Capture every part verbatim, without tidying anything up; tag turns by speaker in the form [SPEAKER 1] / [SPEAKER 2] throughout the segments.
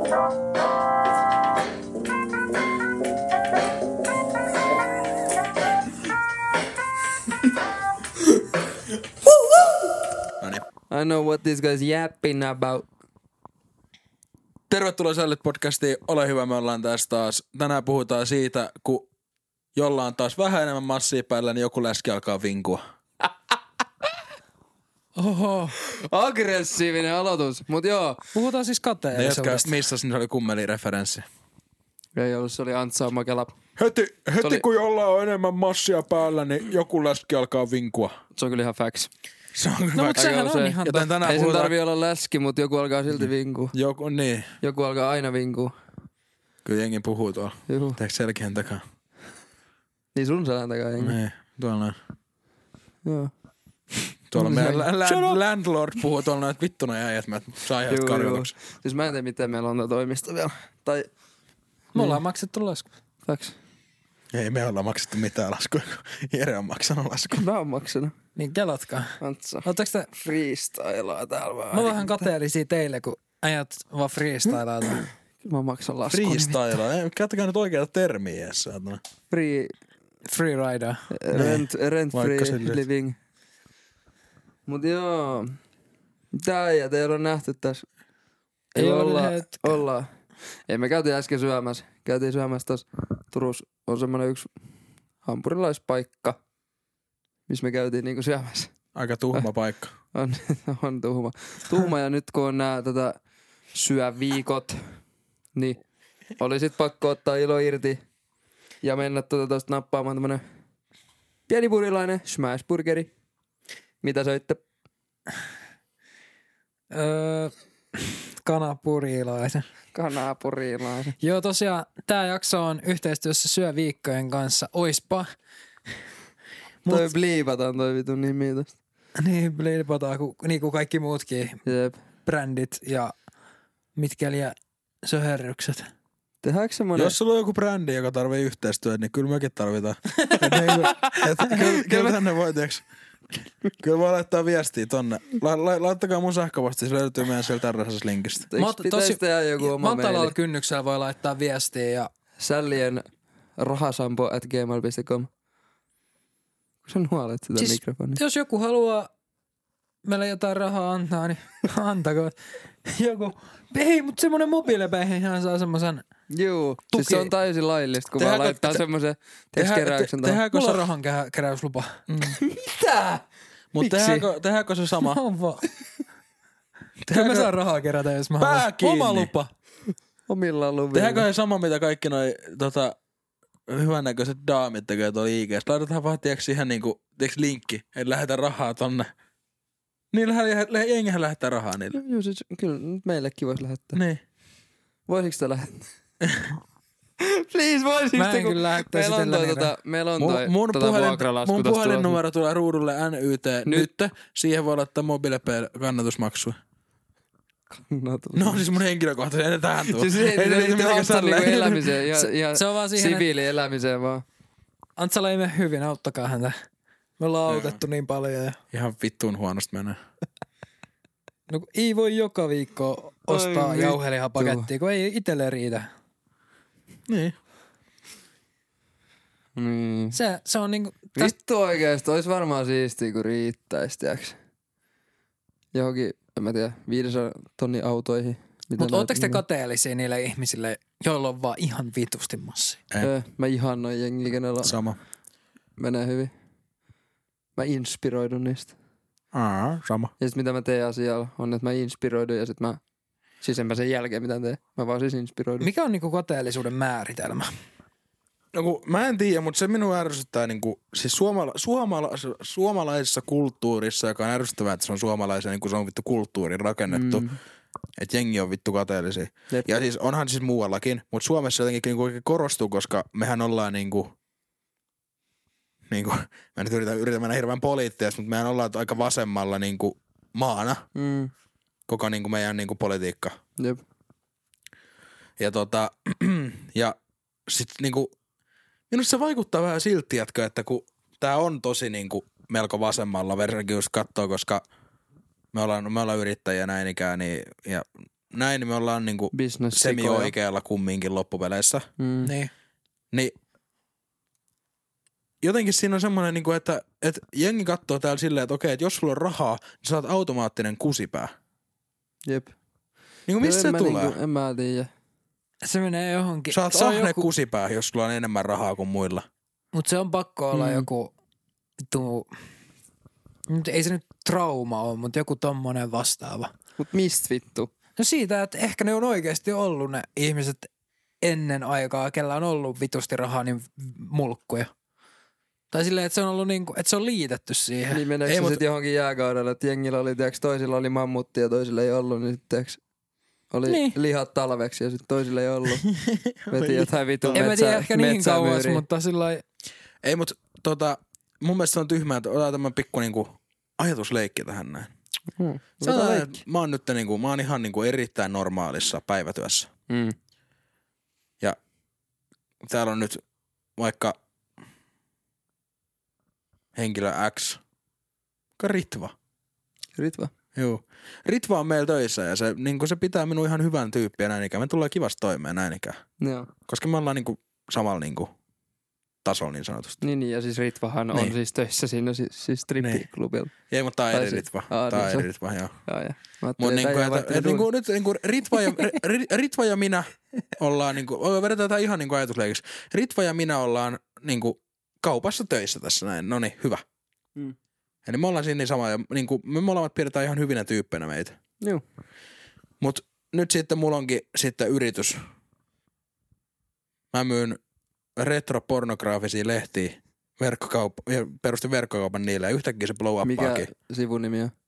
[SPEAKER 1] I know what this guy's yapping about.
[SPEAKER 2] Tervetuloa Sällit podcastiin. Ole hyvä, me ollaan tässä taas. Tänään puhutaan siitä, kun jolla on taas vähän enemmän massia päällä, niin joku läski alkaa vinkua.
[SPEAKER 3] Oho.
[SPEAKER 1] Aggressiivinen aloitus, mut joo.
[SPEAKER 3] Puhutaan siis
[SPEAKER 2] Ne,
[SPEAKER 3] kateellisuudesta.
[SPEAKER 2] jotka missas, niin se oli kummeli-referenssi.
[SPEAKER 1] Ei ollut, se oli Antsa Makela.
[SPEAKER 2] Heti, heti
[SPEAKER 1] oli-
[SPEAKER 2] kun jolla on enemmän massia päällä, niin joku läski alkaa vinkua.
[SPEAKER 1] Se on kyllä ihan facts.
[SPEAKER 2] Se on
[SPEAKER 3] No
[SPEAKER 2] hyvä.
[SPEAKER 3] mutta sehän
[SPEAKER 1] Aika
[SPEAKER 3] on
[SPEAKER 1] usein.
[SPEAKER 3] ihan
[SPEAKER 2] Joten
[SPEAKER 3] totta.
[SPEAKER 2] tänään
[SPEAKER 1] Ei sen
[SPEAKER 2] puhutaan...
[SPEAKER 1] tarvii olla läski, mutta joku alkaa silti vinkua.
[SPEAKER 2] Joku, niin.
[SPEAKER 1] Joku alkaa aina vinkua.
[SPEAKER 2] Kyllä jengi puhuu tuolla.
[SPEAKER 1] Juhu.
[SPEAKER 2] Teekö selkeän takaa?
[SPEAKER 1] Niin sun selän takaa jengi.
[SPEAKER 2] Niin, tuolla noin.
[SPEAKER 1] Joo.
[SPEAKER 2] Tuolla
[SPEAKER 1] No,
[SPEAKER 2] meidän
[SPEAKER 1] se-
[SPEAKER 2] la-
[SPEAKER 1] Shut
[SPEAKER 2] la-
[SPEAKER 1] up!
[SPEAKER 2] landlord puhuu tuolla noin, että vittuna äijät, mä saan ihan
[SPEAKER 1] Juu,
[SPEAKER 2] karjoituksen.
[SPEAKER 1] juu. Siis mä en tiedä, miten meillä on tää toimisto vielä. Tai
[SPEAKER 3] Me ollaan maksettu lasku.
[SPEAKER 1] facts.
[SPEAKER 2] Ei me olla maksettu mitään laskuja, kun Jere on maksanut laskuja.
[SPEAKER 1] Mä oon maksanut.
[SPEAKER 3] Niin kelatkaa.
[SPEAKER 1] Antsa.
[SPEAKER 3] Ootteko te...
[SPEAKER 1] Freestylaa täällä vaan.
[SPEAKER 3] Mä oon vähän kateellisia teille, kun ajat vaan freestylaa.
[SPEAKER 1] Mä maksan laskun.
[SPEAKER 2] Freestyle. Käyttäkää nyt oikeata termiä edes, saatana.
[SPEAKER 1] Free,
[SPEAKER 3] Freerider.
[SPEAKER 1] rent, rent
[SPEAKER 2] Vaikka
[SPEAKER 1] free
[SPEAKER 2] sille-
[SPEAKER 1] living. Mut joo. Tää ja teillä on nähty tässä.
[SPEAKER 3] Ei
[SPEAKER 1] Ei
[SPEAKER 3] ole
[SPEAKER 1] olla,
[SPEAKER 3] hetken.
[SPEAKER 1] ollaan. Ei, me käytiin äsken syömässä. Käytiin syömässä tossa Turussa. On semmonen yksi hampurilaispaikka, missä me käytiin niinku syömässä.
[SPEAKER 2] Aika tuhma paikka.
[SPEAKER 1] On, on tuhma. Tuhma ja nyt kun on nää tätä syöviikot, niin oli sit pakko ottaa ilo irti ja mennä tuota tosta nappaamaan tämmönen pieni purilainen smashburgeri. Mitä söitte?
[SPEAKER 3] Öö, kanapurilaisen.
[SPEAKER 1] Kanapurilainen.
[SPEAKER 3] Joo, tosiaan tää jakso on yhteistyössä Syöviikkojen kanssa. Oispa. Mut-
[SPEAKER 1] Toi bliipataan toi vitun nimi tosta.
[SPEAKER 3] Niin, bliipataan ku, niin kuin kaikki muutkin
[SPEAKER 1] Jep.
[SPEAKER 3] brändit ja mitkä liian söherrykset.
[SPEAKER 1] Tehdäänkö semmonen...
[SPEAKER 2] Jos sulla on joku brändi, joka tarvii yhteistyötä, niin kyllä mekin tarvitaan. Et niinku, et kyllä, kyllä tänne voi, tiiäks, kyllä voi laittaa viestiä tonne. La, la, laittakaa mun sähköposti, se löytyy meidän sieltä R S S-linkistä.
[SPEAKER 1] Eikö pitäisi tehdä joku oma
[SPEAKER 3] matalalla
[SPEAKER 1] meili?
[SPEAKER 3] kynnyksellä voi laittaa viestiä ja
[SPEAKER 1] Sällien rahasampo at gmail piste com. Kun sä nuolet sitä
[SPEAKER 3] Siis-
[SPEAKER 1] mikrofonia.
[SPEAKER 3] jos joku haluaa meille jotain rahaa antaa, niin antakoon. Joku, ei, mutta semmonen mobiilipäihin saa semmosen,
[SPEAKER 1] Juu,
[SPEAKER 3] Tuki.
[SPEAKER 1] siis se on täysin laillista, kun
[SPEAKER 2] Tehdäänkö-
[SPEAKER 1] vaan laittaa
[SPEAKER 2] te-
[SPEAKER 1] semmoisen
[SPEAKER 2] tehdään-
[SPEAKER 1] keräyksen
[SPEAKER 2] te-
[SPEAKER 1] tähän.
[SPEAKER 2] tehdäänkö
[SPEAKER 3] mulla on
[SPEAKER 2] se-
[SPEAKER 3] rahan kä- keräyslupa.
[SPEAKER 1] Mitä?
[SPEAKER 2] Mutta
[SPEAKER 1] Miksi?
[SPEAKER 2] tehdäänkö, tehdäänkö se sama?
[SPEAKER 3] On vaan. Kyllä mä saan rahaa kerätä, jos mä
[SPEAKER 2] Pää
[SPEAKER 3] haluan.
[SPEAKER 2] kiinni.
[SPEAKER 3] Oma lupa.
[SPEAKER 1] Omilla luvilla.
[SPEAKER 2] Tehdäänkö se sama, mitä kaikki noi tota, hyvännäköiset daamit tekee tuolla I G:ssä? Laitetaan vaan, tiiäks, siihen niinku, tiiäks, linkki, että lähetä rahaa tonne. Niin lähe, lähe, jengihän lähettää rahaa niille.
[SPEAKER 1] Joo, siis kyllä nyt meillekin vois lähettää.
[SPEAKER 2] Niin.
[SPEAKER 1] Voisiko sitä lähettää? Please, voisiko
[SPEAKER 3] Mä en
[SPEAKER 1] kun
[SPEAKER 3] kyllä lähettäisi
[SPEAKER 1] meillä on toi,
[SPEAKER 3] tällä
[SPEAKER 1] tota, meillä on
[SPEAKER 2] Mun,
[SPEAKER 1] toi
[SPEAKER 2] mun,
[SPEAKER 1] tota
[SPEAKER 2] puhelin,
[SPEAKER 1] vuokralasku
[SPEAKER 2] mun
[SPEAKER 1] tossa
[SPEAKER 2] puhelinnumero tulee ruudulle N Y T nyt.
[SPEAKER 1] Nyt.
[SPEAKER 2] nyt. Siihen voi laittaa mobiilepay-kannatusmaksua.
[SPEAKER 1] tulossa.
[SPEAKER 2] No siis mun henkilökohtaisesti, ei tähän tuo.
[SPEAKER 1] Siis ei, ei,
[SPEAKER 2] liity
[SPEAKER 1] ei, ei
[SPEAKER 2] mitenkään
[SPEAKER 1] auttaa niinku
[SPEAKER 2] tälleen.
[SPEAKER 1] elämiseen, ihan,
[SPEAKER 3] Se-
[SPEAKER 1] ihan
[SPEAKER 3] se on vaan siihen,
[SPEAKER 1] siviili elämiseen vaan.
[SPEAKER 3] Antsala ei mene hyvin, auttakaa häntä. Me ollaan autettu niin paljon. Ja...
[SPEAKER 2] Ihan vittuun huonosti menee.
[SPEAKER 3] No kun ei voi joka viikko ostaa
[SPEAKER 1] Ai
[SPEAKER 3] jauhelihapakettia, kun ei itselle riitä.
[SPEAKER 2] Niin.
[SPEAKER 1] Niin.
[SPEAKER 3] Se, se on niinku... Tästä,
[SPEAKER 1] Vittu oikeesti, ois varmaan siistiä, kun riittäis, tiiäks. Johonkin, en mä tiedä, viidensadan tonnin autoihin. Mitä
[SPEAKER 3] mutta
[SPEAKER 1] näet-
[SPEAKER 3] ootteko te kateellisia niille ihmisille, joilla on vaan ihan vitusti massia?
[SPEAKER 1] Öö, mä ihannoin jengiä, kenellä
[SPEAKER 2] Sama.
[SPEAKER 1] menee hyvin. Mä inspiroidun niistä.
[SPEAKER 2] Aa, sama.
[SPEAKER 1] Ja sit mitä mä teen asialla on, että mä inspiroidun ja sit mä... Siis en mä sen jälkeen mitä teen. Mä vaan siis inspiroidun.
[SPEAKER 3] Mikä on niinku kateellisuuden määritelmä?
[SPEAKER 2] No kun, mä en tiedä, mutta se minua ärsyttää niinku, siis suomala, suomala, suomalaisessa kulttuurissa, joka on ärsyttävää, että se on suomalaisen, niin kuin se on vittu kulttuurin rakennettu, mm. että jengi on vittu kateellisia.
[SPEAKER 1] Jep.
[SPEAKER 2] Ja siis onhan siis muuallakin, mutta Suomessa jotenkin niinku oikein korostuu, koska mehän ollaan niinku, niinku, mä nyt yritän, yritän mennä hirveän poliittisesti, mutta mehän ollaan aika vasemmalla niinku maana,
[SPEAKER 1] Mm.
[SPEAKER 2] koko niinku meidän niinku politiikka.
[SPEAKER 1] Jep.
[SPEAKER 2] Ja tota, ja sit niinku, minusta se vaikuttaa vähän silti, jätkö, että kun tää on tosi niinku melko vasemmalla, varsinkin jos katsoo, koska me ollaan, me ollaan yrittäjiä näin ikään, niin, ja näin, niin me ollaan niinku
[SPEAKER 1] Business-sikoja.
[SPEAKER 2] semi-oikealla kumminkin loppupeleissä.
[SPEAKER 1] Mm.
[SPEAKER 3] Niin.
[SPEAKER 2] Niin jotenkin siinä on semmoinen, niinku, että, että jengi katsoo täällä silleen, että okei, että jos sulla on rahaa, niin sä oot automaattinen kusipää.
[SPEAKER 1] Jep.
[SPEAKER 2] Niinku mistä se
[SPEAKER 1] en mä
[SPEAKER 2] tulee?
[SPEAKER 1] Niinku, en mä tiedä.
[SPEAKER 3] Se menee johonkin.
[SPEAKER 2] Sä oot
[SPEAKER 3] se on
[SPEAKER 2] ahne
[SPEAKER 3] joku,
[SPEAKER 2] kusipää, jos sulla on enemmän rahaa kuin muilla.
[SPEAKER 3] mut se on pakko olla
[SPEAKER 1] Mm.
[SPEAKER 3] joku, vittu, nyt ei se nyt trauma ole, mutta joku tommonen vastaava.
[SPEAKER 1] Mut mistä vittu?
[SPEAKER 3] No siitä, että ehkä ne on oikeasti ollut ne ihmiset ennen aikaa, kellä on ollut vitusti rahaa, niin mulkkuja. Tai silleen, että se on ollut niinku, että se on liitetty siihen.
[SPEAKER 1] Niin meneekö
[SPEAKER 2] Ei,
[SPEAKER 1] se
[SPEAKER 2] mut-
[SPEAKER 1] sit johonkin jääkaudelle, että jengillä oli, tiiäks, toisilla oli mammutti ja toisilla ei ollut, niin sitten oli
[SPEAKER 3] Niin.
[SPEAKER 1] lihat talveksi ja sitten toisilla ei ollut. Veti jotain vitun
[SPEAKER 3] En mä
[SPEAKER 1] metsä,
[SPEAKER 3] tiedä ehkä niin kauas,
[SPEAKER 1] metsämyyriä.
[SPEAKER 3] mutta sillä lailla-
[SPEAKER 2] Ei, mutta tota, mun mielestä se on tyhmää, että otetaan tämmönen pikku niinku ajatusleikki tähän näin.
[SPEAKER 1] Hmm.
[SPEAKER 2] Sanotaan,
[SPEAKER 1] Ota
[SPEAKER 2] että mä oon nyt niinku, mä oon ihan niinku erittäin normaalissa päivätyössä.
[SPEAKER 1] Mm.
[SPEAKER 2] Ja täällä on nyt vaikka henkilö X, joka Ritva.
[SPEAKER 1] Ritva.
[SPEAKER 2] Joo. Ritva on meillä töissä ja se, niinku, se pitää minun ihan hyvän tyyppiä näin ikään. Me tulee kivasti toimeen näin ikään.
[SPEAKER 1] Joo.
[SPEAKER 2] Koska me ollaan niinku samalla niinku tasolla niin sanotusti.
[SPEAKER 1] Niin, niin, ja siis Ritvahan on
[SPEAKER 2] Niin.
[SPEAKER 1] siis töissä siinä siis, siis strippiklubilla.
[SPEAKER 2] Ei, mutta tää on
[SPEAKER 1] Tai
[SPEAKER 2] eri
[SPEAKER 1] se-
[SPEAKER 2] Ritva.
[SPEAKER 1] Aa,
[SPEAKER 2] Tää on
[SPEAKER 1] niin se-
[SPEAKER 2] eri Ritva, joo.
[SPEAKER 1] Joo, ja. Mä
[SPEAKER 2] Mut
[SPEAKER 1] ajattelin,
[SPEAKER 2] niinku,
[SPEAKER 1] että äijä
[SPEAKER 2] että,
[SPEAKER 1] vaihtelee
[SPEAKER 2] että niinku,
[SPEAKER 1] duuni.
[SPEAKER 2] nyt niinku Ritva ja, Ri- Ritva ja minä ollaan niinku, vedetään tää ihan niinku ajatusleikiksi. Ritva ja minä ollaan niinku kaupassa töissä tässä näin. Noniin, hyvä.
[SPEAKER 1] Mm.
[SPEAKER 2] Eli me ollaan siinä niin sama ja niinku, me molemmat pidetään ihan hyvinä tyyppeinä meitä.
[SPEAKER 1] Joo.
[SPEAKER 2] Mut nyt sitten mulla onkin sitten yritys. Mä myyn retropornograafisia lehtiä verkkokauppa, ja perustin verkkokaupan niille ja yhtäkkiä se blow
[SPEAKER 1] Mikä
[SPEAKER 2] uppaakin.
[SPEAKER 1] sivunimi on?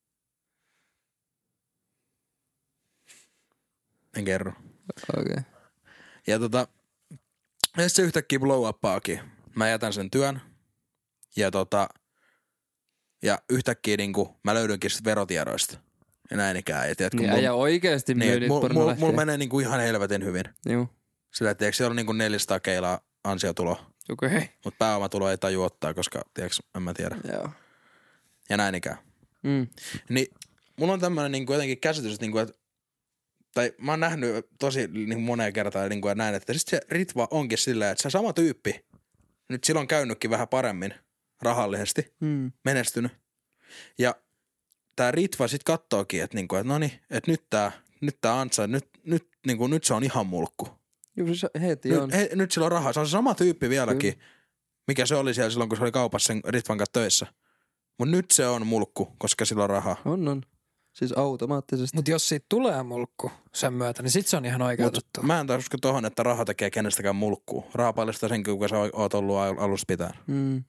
[SPEAKER 2] En kerro.
[SPEAKER 1] Okei. Okay.
[SPEAKER 2] Ja tota, ja sit se yhtäkkiä blow uppaakin. Mä jätän sen työn ja tota, ja yhtäkkiä niinku mä löydynkin sit verotiedoista. Ja näin ikään. Ja tiedätkö,
[SPEAKER 1] Niin
[SPEAKER 2] mulla-
[SPEAKER 1] äijä oikeesti myy
[SPEAKER 2] niin,
[SPEAKER 1] niitä
[SPEAKER 2] mulla mul,
[SPEAKER 1] pornolehtiä.
[SPEAKER 2] mul menee niinku ihan helvetin hyvin.
[SPEAKER 1] Joo.
[SPEAKER 2] Sillä, että tiedätkö, siellä on niinku neljäsataa keilaa ansiotulo,
[SPEAKER 1] Okei. Okay.
[SPEAKER 2] mutta pääomatulo ei taju ottaa, koska tiedätkö, en mä tiedä.
[SPEAKER 1] Joo.
[SPEAKER 2] Ja näin ikään.
[SPEAKER 1] Mm.
[SPEAKER 2] Niin mulla on tämmönen niinku jotenkin käsitys, että, niinku, että tai mä oon nähnyt tosi niin moneen kertaan niinku, näin, että sit se Ritva onkin silleen, että se sama tyyppi, nyt sillä on käynytkin vähän paremmin rahallisesti,
[SPEAKER 1] Mm.
[SPEAKER 2] menestynyt. Ja tää Ritva sit kattookin, että niinku, et noniin, että nyt tää, nyt tää Antsa, nyt, nyt, niinku, nyt se on ihan mulkku.
[SPEAKER 1] Joo, siis heti
[SPEAKER 2] Nyt,
[SPEAKER 1] on.
[SPEAKER 2] he, nyt sillä on rahaa. Se on se sama tyyppi vieläkin, Kyllä. mikä se oli siellä silloin, kun se oli kaupassa sen Ritvan kanssa töissä. Mutta nyt se on mulkku, koska sillä on rahaa.
[SPEAKER 1] On, on. Siis automaattisesti.
[SPEAKER 3] Mut jos siitä tulee mulkku sen myötä, niin sit se on ihan oikeutettu.
[SPEAKER 2] Mä en taas usko tohon, että raha tekee kenestäkään mulkkuu. Raha paljastaa sen, kuka sä oot ollut al- alusta pitäen.
[SPEAKER 1] Mm.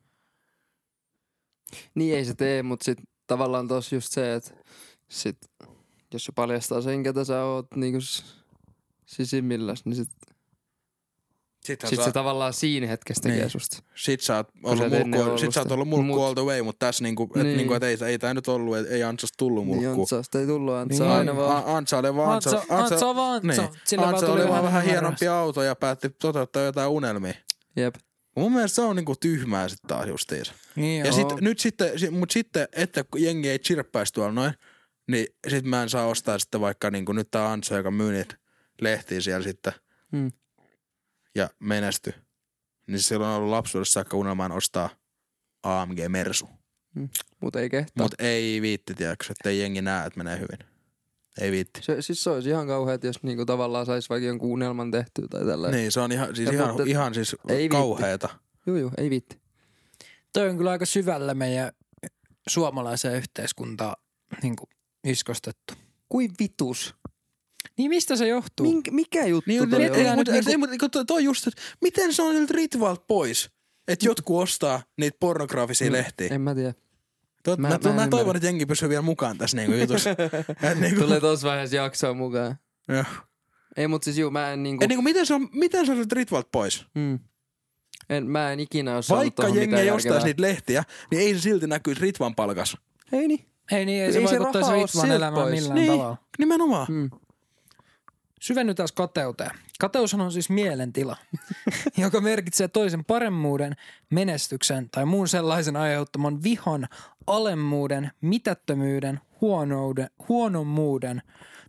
[SPEAKER 1] Niin ei se tee, mutta sit tavallaan tossa just se, että sit, jos se paljastaa sen, ketä sä oot niinku s- sisimmilläs, niin sit,
[SPEAKER 2] Sittenhän
[SPEAKER 1] sit
[SPEAKER 2] sä,
[SPEAKER 1] se tavallaan siinä hetkessä tekee
[SPEAKER 2] Niin.
[SPEAKER 1] susta.
[SPEAKER 2] sit sä oot
[SPEAKER 1] sä
[SPEAKER 2] ollut
[SPEAKER 1] et ennen
[SPEAKER 2] mulkku,
[SPEAKER 1] ollut
[SPEAKER 2] sit sä oot
[SPEAKER 1] sitä.
[SPEAKER 2] ollut mulkku
[SPEAKER 1] Mut-
[SPEAKER 2] all the way, mutta tässä niinku, et,
[SPEAKER 1] Niin.
[SPEAKER 2] niinku, et ei, ei tää nyt ollut, et, ei Antsasta tullut
[SPEAKER 1] Niin
[SPEAKER 2] mulkkuu.
[SPEAKER 1] Antsaasta ei tullut, Antsa
[SPEAKER 3] Niin.
[SPEAKER 1] aina vaan.
[SPEAKER 2] A- Antsa oli vaan
[SPEAKER 3] Antsa, Antsa on vaan Antsa.
[SPEAKER 2] Niin.
[SPEAKER 3] Sillä vaan
[SPEAKER 2] Antsa
[SPEAKER 3] tuli
[SPEAKER 2] oli vaan vähän
[SPEAKER 3] vähemmän
[SPEAKER 2] hienompi auto ja päätti toteuttaa jotain unelmia.
[SPEAKER 1] Jep.
[SPEAKER 2] Mun mielestä se on niinku tyhmää sit taas justiinsa.
[SPEAKER 3] Niin
[SPEAKER 2] Ja
[SPEAKER 3] joo.
[SPEAKER 2] sit, nyt sitten, si- mut sitten, että kun jengi ei chirppäisi tuolla noin, niin sit mä en saa ostaa sitten vaikka niinku nyt tää Antsa, joka myy niitä lehtiä siellä sitten
[SPEAKER 1] Mm.
[SPEAKER 2] ja menesty. Niin silloin on ollut lapsuudessa saakka unelmaan ostaa A M G Mersu.
[SPEAKER 1] Mut ei kehtaa.
[SPEAKER 2] Mut ei viitti, tiedätkö, että ei jengi näe, että menee hyvin. Ei viitti.
[SPEAKER 1] Se, siis se olisi ihan kauheat, jos niinku tavallaan sais vaikka jonkun unelman tehtyä tai tällä.
[SPEAKER 2] Niin, se on ihan, siis
[SPEAKER 1] Ja
[SPEAKER 2] ihan,
[SPEAKER 1] mutta-
[SPEAKER 2] ihan siis
[SPEAKER 1] ei viitti.
[SPEAKER 2] kauheeta.
[SPEAKER 1] Juu, juu, ei viitti.
[SPEAKER 3] Toi on kyllä aika syvällä meidän suomalaiseen yhteiskuntaan niin kuin iskostettu.
[SPEAKER 1] Kui vitus?
[SPEAKER 3] Niin mistä se johtuu?
[SPEAKER 1] Mink, mikä juttu
[SPEAKER 2] Niin,
[SPEAKER 1] toi
[SPEAKER 2] mutta,
[SPEAKER 3] mietitään
[SPEAKER 2] ei,
[SPEAKER 1] on?
[SPEAKER 2] mutta,
[SPEAKER 3] nyt
[SPEAKER 2] ei, mutta toi, toi just, että miten se on sieltä Ritvalta pois, että jotkut ostaa niitä pornograafisia lehtiä.
[SPEAKER 1] En mä tiedä.
[SPEAKER 2] Tot,
[SPEAKER 1] Mä-
[SPEAKER 2] mä,
[SPEAKER 1] mä
[SPEAKER 2] mä, mä
[SPEAKER 1] en
[SPEAKER 2] toivon,
[SPEAKER 1] ymmärrä.
[SPEAKER 2] että jengi pysyy vielä mukaan tässä niinku jutussa. Et niinku,
[SPEAKER 1] Tulee tossa vaiheessa jaksoa mukaan.
[SPEAKER 2] joo.
[SPEAKER 1] Ei, mut siis juu, mä en niinku...
[SPEAKER 2] Et niinku, miten se on, miten se on sieltä Ritvalta pois?
[SPEAKER 1] Mm. En, mä en ikinä oo saanut
[SPEAKER 2] Vaikka
[SPEAKER 1] tohon
[SPEAKER 2] jengi
[SPEAKER 1] mitään
[SPEAKER 2] ei ostaisi
[SPEAKER 1] järkevää.
[SPEAKER 2] niitä lehtiä, niin ei se silti näkyisi Ritvan palkas.
[SPEAKER 1] Ei niin.
[SPEAKER 3] Ei niin, ei,
[SPEAKER 1] Ei
[SPEAKER 3] se
[SPEAKER 1] se
[SPEAKER 3] vaikuttaisi
[SPEAKER 1] raha oo
[SPEAKER 3] Ritvan
[SPEAKER 1] sieltä
[SPEAKER 3] elämään
[SPEAKER 1] pois.
[SPEAKER 3] millään
[SPEAKER 2] Niin,
[SPEAKER 3] tavalla.
[SPEAKER 2] nimenomaan.
[SPEAKER 1] Mm.
[SPEAKER 3] Syvennytään kateuteen. Kateushan on siis mielentila, joka merkitsee toisen paremmuuden, menestyksen tai muun sellaisen aiheuttaman vihan, alemmuuden, mitättömyyden, huonouden, huonommuuden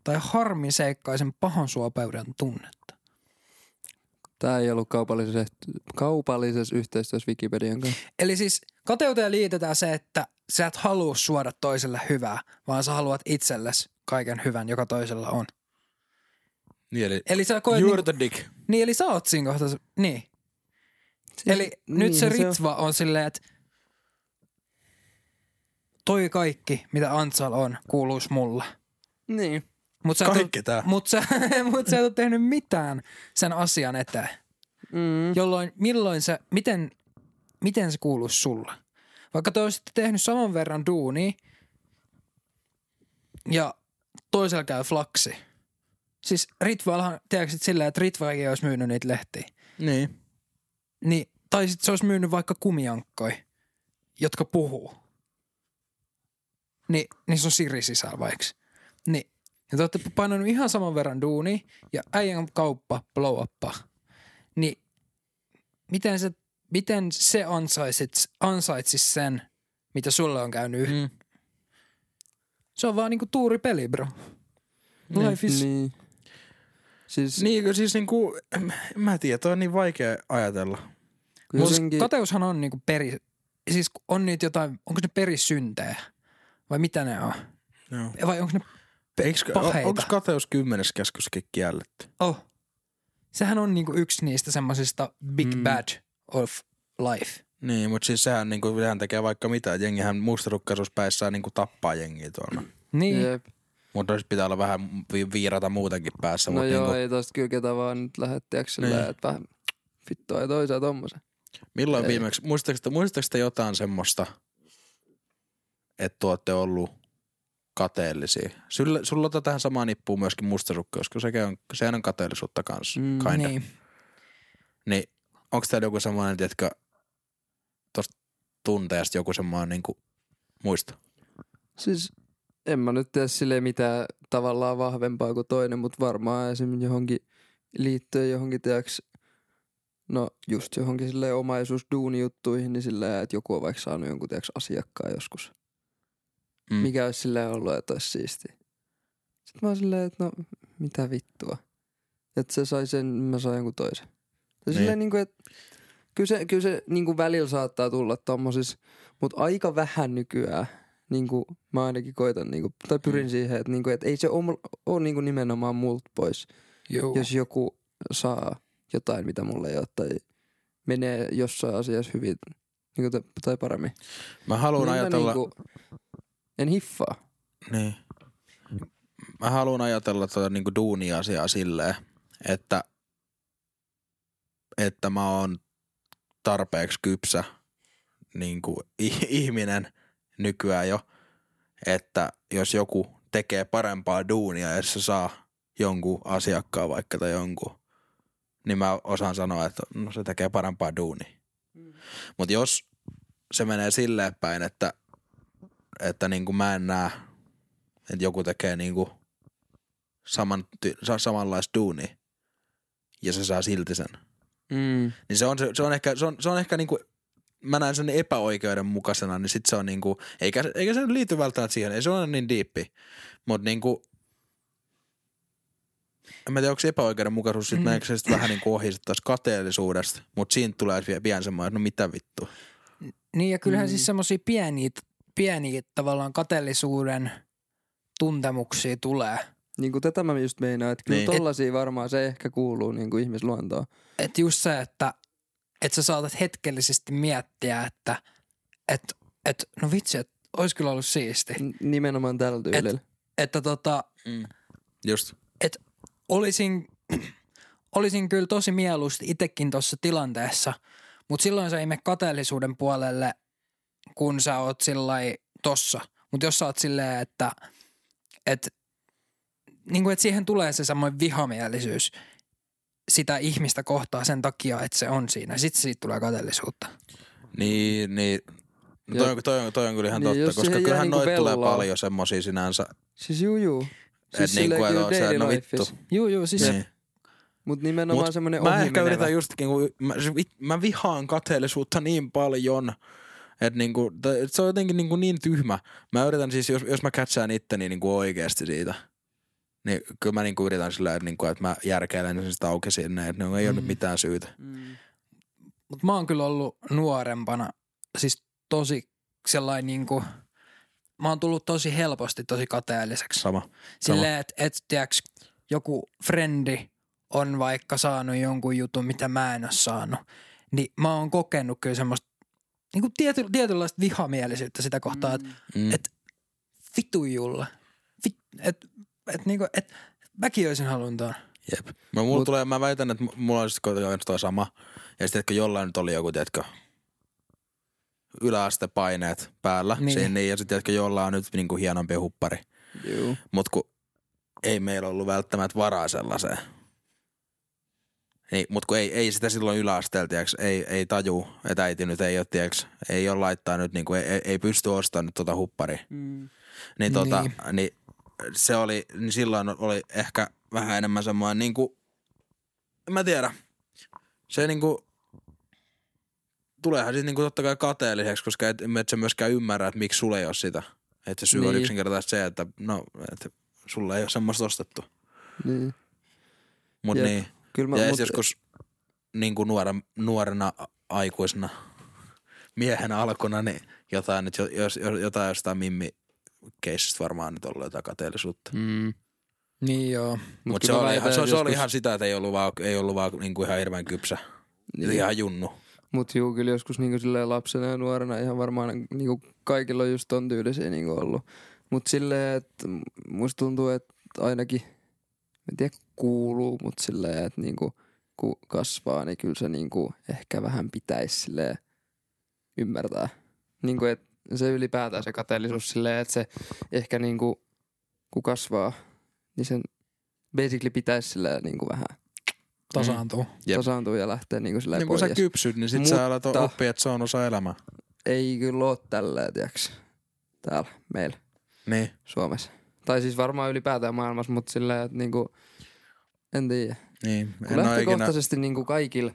[SPEAKER 3] tai harmiseikkaisen pahan suopeuden tunnetta.
[SPEAKER 1] Tää ei ollut kaupallisessa, kaupallisessa yhteistyössä Wikipedian kanssa.
[SPEAKER 3] Eli siis kateuteen liitetään se, että sä et halua suoda toiselle hyvää, vaan sä haluat itsellesi kaiken hyvän, joka toisella on.
[SPEAKER 2] Niin, eli,
[SPEAKER 3] Eli sä koet
[SPEAKER 2] you're
[SPEAKER 3] niinku,
[SPEAKER 2] the dick.
[SPEAKER 3] niin, eli sä oot siinä kohtaa, se- niin.
[SPEAKER 1] Siis,
[SPEAKER 3] Eli
[SPEAKER 1] niin,
[SPEAKER 3] nyt se
[SPEAKER 1] se on.
[SPEAKER 3] ritva on silleen, että toi kaikki, mitä Antsal on, kuuluisi mulle.
[SPEAKER 1] Niin.
[SPEAKER 3] Mut sä, et
[SPEAKER 2] Kaikki
[SPEAKER 3] oo-
[SPEAKER 2] tää.
[SPEAKER 3] mut, sä, mut sä et ole tehnyt mitään sen asian eteen.
[SPEAKER 1] Mm.
[SPEAKER 3] Jolloin, milloin se, miten, miten se kuuluisi sulle? Vaikka te olisitte tehnyt saman verran duunia ja toisella käy flaksi. Siis Ritvallahan, tiedätkö sit silleen, että Ritvakin olisi myynyt niitä lehtiä.
[SPEAKER 2] Niin.
[SPEAKER 3] Niin, tai sitten se olisi myynyt vaikka kumiankkoja, jotka puhuu. Niin, niin se on Siri sisällä vaikka. Niin, ja te olette painanut ihan saman verran duunia ja äijän kauppa blow uppa. Niin, miten se, miten se ansaisit, ansaitsis sen, mitä sulle on käynyt? Mm. Se on vaan niinku tuuri peli, bro. Life is...
[SPEAKER 1] Niin. Siis
[SPEAKER 2] Niin, siis niinku, en mä tiedä, toi on niin vaikea ajatella.
[SPEAKER 3] Mutta
[SPEAKER 1] jotenkin,
[SPEAKER 3] kateushan on niinku peri... Siis on niitä jotain... Onko ne perisyntejä? Vai mitä ne on?
[SPEAKER 2] Joo.
[SPEAKER 3] Vai onko ne...
[SPEAKER 2] Eikö,
[SPEAKER 3] Paheita.
[SPEAKER 2] onko kateus kymmenes käskyskin kielletty?
[SPEAKER 3] Oh. Sehän on niinku yksi niistä semmosista big
[SPEAKER 2] Mm.
[SPEAKER 3] bad of life.
[SPEAKER 2] Niin, mutta siis sehän, niinku, sehän tekee vaikka mitä. Jengihän mustarukkaisuuspäissään niinku tappaa jengiä tuolla.
[SPEAKER 3] Niin.
[SPEAKER 1] jep.
[SPEAKER 2] Mutta pitää olla vähän vi- viirata muutenkin päässä.
[SPEAKER 1] No
[SPEAKER 2] mut
[SPEAKER 1] joo,
[SPEAKER 2] niinku,
[SPEAKER 1] ei tosta kyllä ketä vaan nyt lähettiäks silleen,
[SPEAKER 2] Niin.
[SPEAKER 1] että vähän vittua ei toisaan tommosen.
[SPEAKER 2] milloin
[SPEAKER 1] ei.
[SPEAKER 2] viimeksi, muistatteko, muistatteko te jotain semmoista, että te olette ollut kateellisia? Sulla, sulla on tähän samaan nippuun myöskin mustarukkaus, koska sekin on, sehän on kateellisuutta kanssa,
[SPEAKER 1] Mm,
[SPEAKER 2] kinda.
[SPEAKER 3] Niin.
[SPEAKER 2] Niin, onko täällä joku semmoinen, tiedätkö, tosta tunteesta joku semmoinen niinku muisto?
[SPEAKER 1] Siis en mä nyt tiedä silleen mitään tavallaan vahvempaa kuin toinen, mutta varmaan esimerkiksi johonkin liittyen johonkin tiedäks, no just johonkin silleen omaisuusduunijuttuihin, niin silleen, että joku on vaikka saanut jonkun tiedäks asiakkaan joskus.
[SPEAKER 2] Mm.
[SPEAKER 1] Mikä olisi silleen ollut, että olisi siistiä. Sitten mä oon silleen, että no mitä vittua. Että se sai sen, mä sain jonkun toisen. Ja
[SPEAKER 2] Niin.
[SPEAKER 1] silleen niinku, että kyllä se, kyllä se niinku välillä saattaa tulla tommosis, mutta aika vähän nykyään. Niinku mä ainakin koitan niinku, tai pyrin
[SPEAKER 2] Mm.
[SPEAKER 1] siihen, että niinku, et ei se ole, ole niinku nimenomaan multa pois.
[SPEAKER 3] Joo.
[SPEAKER 1] Jos joku saa jotain, mitä mulle ei ole, tai menee jossain asiassa hyvin niinku, t- tai paremmin.
[SPEAKER 2] Mä haluan
[SPEAKER 1] Niin mä
[SPEAKER 2] ajatella,
[SPEAKER 1] niinku, en hiffaa.
[SPEAKER 2] niin. Mä haluan ajatella tuota niinku duuni-asiaa silleen, että, että mä oon tarpeeksi kypsä niinku ihminen nykyään jo, että jos joku tekee parempaa duunia ja se saa jonkun asiakkaan vaikka tai jonkun, niin mä osaan sanoa, että no se tekee parempaa duunia. Mm. Mutta jos se menee silleen päin, että, että niinku mä en näe, että joku tekee niinku saman, samanlaista duunia ja se saa silti sen,
[SPEAKER 1] Mm.
[SPEAKER 2] niin se on, se, se on ehkä, se on, se on ehkä niinku, mä näen sen epäoikeudenmukaisena, niin sit se on niinku, eikä, eikä se liity välttämättä siihen, ei se ole niin diippi, mutta niinku, en mä tiedä, onko se epäoikeudenmukaisuus sit, mm. meneekö se sit vähän niinku ohi sit taas kateellisuudesta, mutta siinä tulee pian semmoinen, että no mitä vittua.
[SPEAKER 3] Niin ja kyllähän
[SPEAKER 1] Mm.
[SPEAKER 3] siis semmosia pieniä, pieniä tavallaan kateellisuuden tuntemuksia tulee.
[SPEAKER 1] Niinku tätä mä just meinaan, että kyllä
[SPEAKER 2] Niin.
[SPEAKER 1] niin. tollasia varmaan se ehkä kuuluu niinku ihmisluontoon.
[SPEAKER 3] Että just se, että et sä saatat hetkellisesti miettiä, että et, et, no vitsi, että ois kyllä ollut siisti.
[SPEAKER 1] N- nimenomaan tällä tyylillä.
[SPEAKER 3] Että tota,
[SPEAKER 2] Mm. Just.
[SPEAKER 3] olisin, olisin kyllä tosi mieluusti itekin tuossa tilanteessa, mutta silloin se ei mene kateellisuuden puolelle, kun sä oot sillai tossa. Mutta jos sä oot silleen, että et, niinku, et siihen tulee se samoin vihamielisyys sitä ihmistä kohtaa sen takia, että se on siinä. Sitten siitä tulee kateellisuutta.
[SPEAKER 2] Niin, niin. No
[SPEAKER 1] Ja-
[SPEAKER 2] toi, on, toi, on, toi on kyllä ihan
[SPEAKER 1] Niin,
[SPEAKER 2] totta,
[SPEAKER 1] jos
[SPEAKER 2] koska
[SPEAKER 1] siihen jää
[SPEAKER 2] kyllähän
[SPEAKER 1] niinku
[SPEAKER 2] noit tulee
[SPEAKER 1] velloa.
[SPEAKER 2] paljon semmosia sinänsä.
[SPEAKER 1] Siis juu juu.
[SPEAKER 2] Et
[SPEAKER 1] Siis
[SPEAKER 2] niinku,
[SPEAKER 1] silleen
[SPEAKER 2] et
[SPEAKER 1] kyllä
[SPEAKER 2] oot sä, no
[SPEAKER 1] daily
[SPEAKER 2] vittu.
[SPEAKER 1] lifeissa.
[SPEAKER 3] Juu, juu, siis
[SPEAKER 2] Niin.
[SPEAKER 1] Mut nimenomaan
[SPEAKER 2] Mut
[SPEAKER 1] semmonen
[SPEAKER 2] Mä
[SPEAKER 1] ohi
[SPEAKER 2] ehkä
[SPEAKER 1] menevä.
[SPEAKER 2] yritän just, niinku, mä, se vit- mä vihaan kateellisuutta niin paljon, että niinku, t- et se on jotenkin niinku niin tyhmä. Mä yritän siis, jos, jos mä kätsään itteni niinku oikeesti siitä, Niin kyllä mä niinku yritän sillä, että, niinku, että mä järkeilen sen sitä auki sinne, että no ei mm. ole nyt mitään syytä.
[SPEAKER 1] Mm.
[SPEAKER 3] Mut mä oon kyllä ollut nuorempana siis tosi sellainen niinku, mä oon tullut tosi helposti tosi kateelliseksi.
[SPEAKER 2] Sama.
[SPEAKER 3] Silleen, että et, tiiäks, joku frendi on vaikka saanut jonkun jutun, mitä mä en oo saanut. Niin mä oon kokenut kyllä semmoista niinku tiety, tietynlaista vihamielisyyttä sitä kohtaa, että
[SPEAKER 2] Mm.
[SPEAKER 3] et, vitu Julla. Vit, et, et, niinku, et, mäkin olisin halunnut tuon.
[SPEAKER 2] Jep. Mä, mulla Mut, tulee, mä väitän, että mulla on sitten toi sama. Ja sitten, että jollain nyt oli joku, tiedätkö, yläastepaineet päällä.
[SPEAKER 3] Niin.
[SPEAKER 2] Siinä, niin, ja sitten, tiedätkö, jollain on nyt niinku hienompi huppari.
[SPEAKER 1] Juu.
[SPEAKER 2] Mut kun ei meillä ollut välttämättä varaa sellaiseen. Niin, mut kun ei, ei sitä silloin yläasteella, tiedätkö, ei, ei taju, että äiti nyt ei ole, tiedätkö, ei ole laittaa nyt, niinku, ei, ei pysty ostamaan nyt tota hupparia.
[SPEAKER 1] Mm.
[SPEAKER 2] Niin, tota,
[SPEAKER 3] Niin.
[SPEAKER 2] niin se oli, niin silloin oli ehkä vähän enemmän semmoinen niinku, en mä tiedä, se niinku, tuleehan sit niinku totta kai kateelliseksi, koska et, et sä myöskään ymmärrä, että miksi sulla ei ole sitä. Että se syy niin. on
[SPEAKER 1] Niin.
[SPEAKER 2] yksinkertaisesti se, että no, että sulla ei ole semmoista ostettu.
[SPEAKER 1] Niin.
[SPEAKER 2] Mut
[SPEAKER 1] Jep.
[SPEAKER 2] niin.
[SPEAKER 1] Kyllä mä,
[SPEAKER 2] Ja
[SPEAKER 1] mut,
[SPEAKER 2] joskus niinku nuoren, nuorena aikuisena miehenä alkuna, niin jotain, nyt, jos, jotain jostain mimmi-keissistä varmaan nyt ollut jotain kateellisuutta.
[SPEAKER 1] Mm.
[SPEAKER 3] Niin joo.
[SPEAKER 2] Mutta
[SPEAKER 1] Mut
[SPEAKER 2] Mut se,
[SPEAKER 1] kyllä mä
[SPEAKER 2] oli ihan,
[SPEAKER 1] väitän,
[SPEAKER 2] se,
[SPEAKER 1] että
[SPEAKER 2] se oli
[SPEAKER 1] joskus-
[SPEAKER 2] ihan sitä, että ei ollut vaan, ei ollut vaan niinku ihan hirveän kypsä.
[SPEAKER 1] Niin.
[SPEAKER 2] Ihan junnu.
[SPEAKER 1] Mut juu, kyllä joskus niinku silleen lapsena ja nuorena ihan varmaan niinku kaikilla on just ton tyylisiä niinku ollut. Mut silleen, että musta tuntuu, että ainakin, en tiedä kuuluu, mut silleen, että niinku kun kasvaa, niin kyllä se niinku ehkä vähän pitäisi silleen ymmärtää. Niinku, että se ylipäätään se kateellisuus silleen, että se ehkä niinku kun kasvaa, niin sen basically pitäisi silleen niinku vähän
[SPEAKER 3] Tasaantuu.
[SPEAKER 2] Jep.
[SPEAKER 1] tasaantua ja lähteä niinku silleen
[SPEAKER 2] Niin kun
[SPEAKER 1] pois.
[SPEAKER 2] sä kypsyt, niin sit
[SPEAKER 1] Mutta-
[SPEAKER 2] sä alat oppia, että se on osa elämää.
[SPEAKER 1] Ei kyllä oo tälleen, tiiäks, täällä meillä
[SPEAKER 2] Niin.
[SPEAKER 1] Suomessa. Tai siis varmaan ylipäätään maailmassa, mutta silleen, että niinku, en tiedä.
[SPEAKER 2] Niin.
[SPEAKER 1] Kun
[SPEAKER 2] En oo ikinä,
[SPEAKER 1] lähtökohtaisesti niinku kaikilla,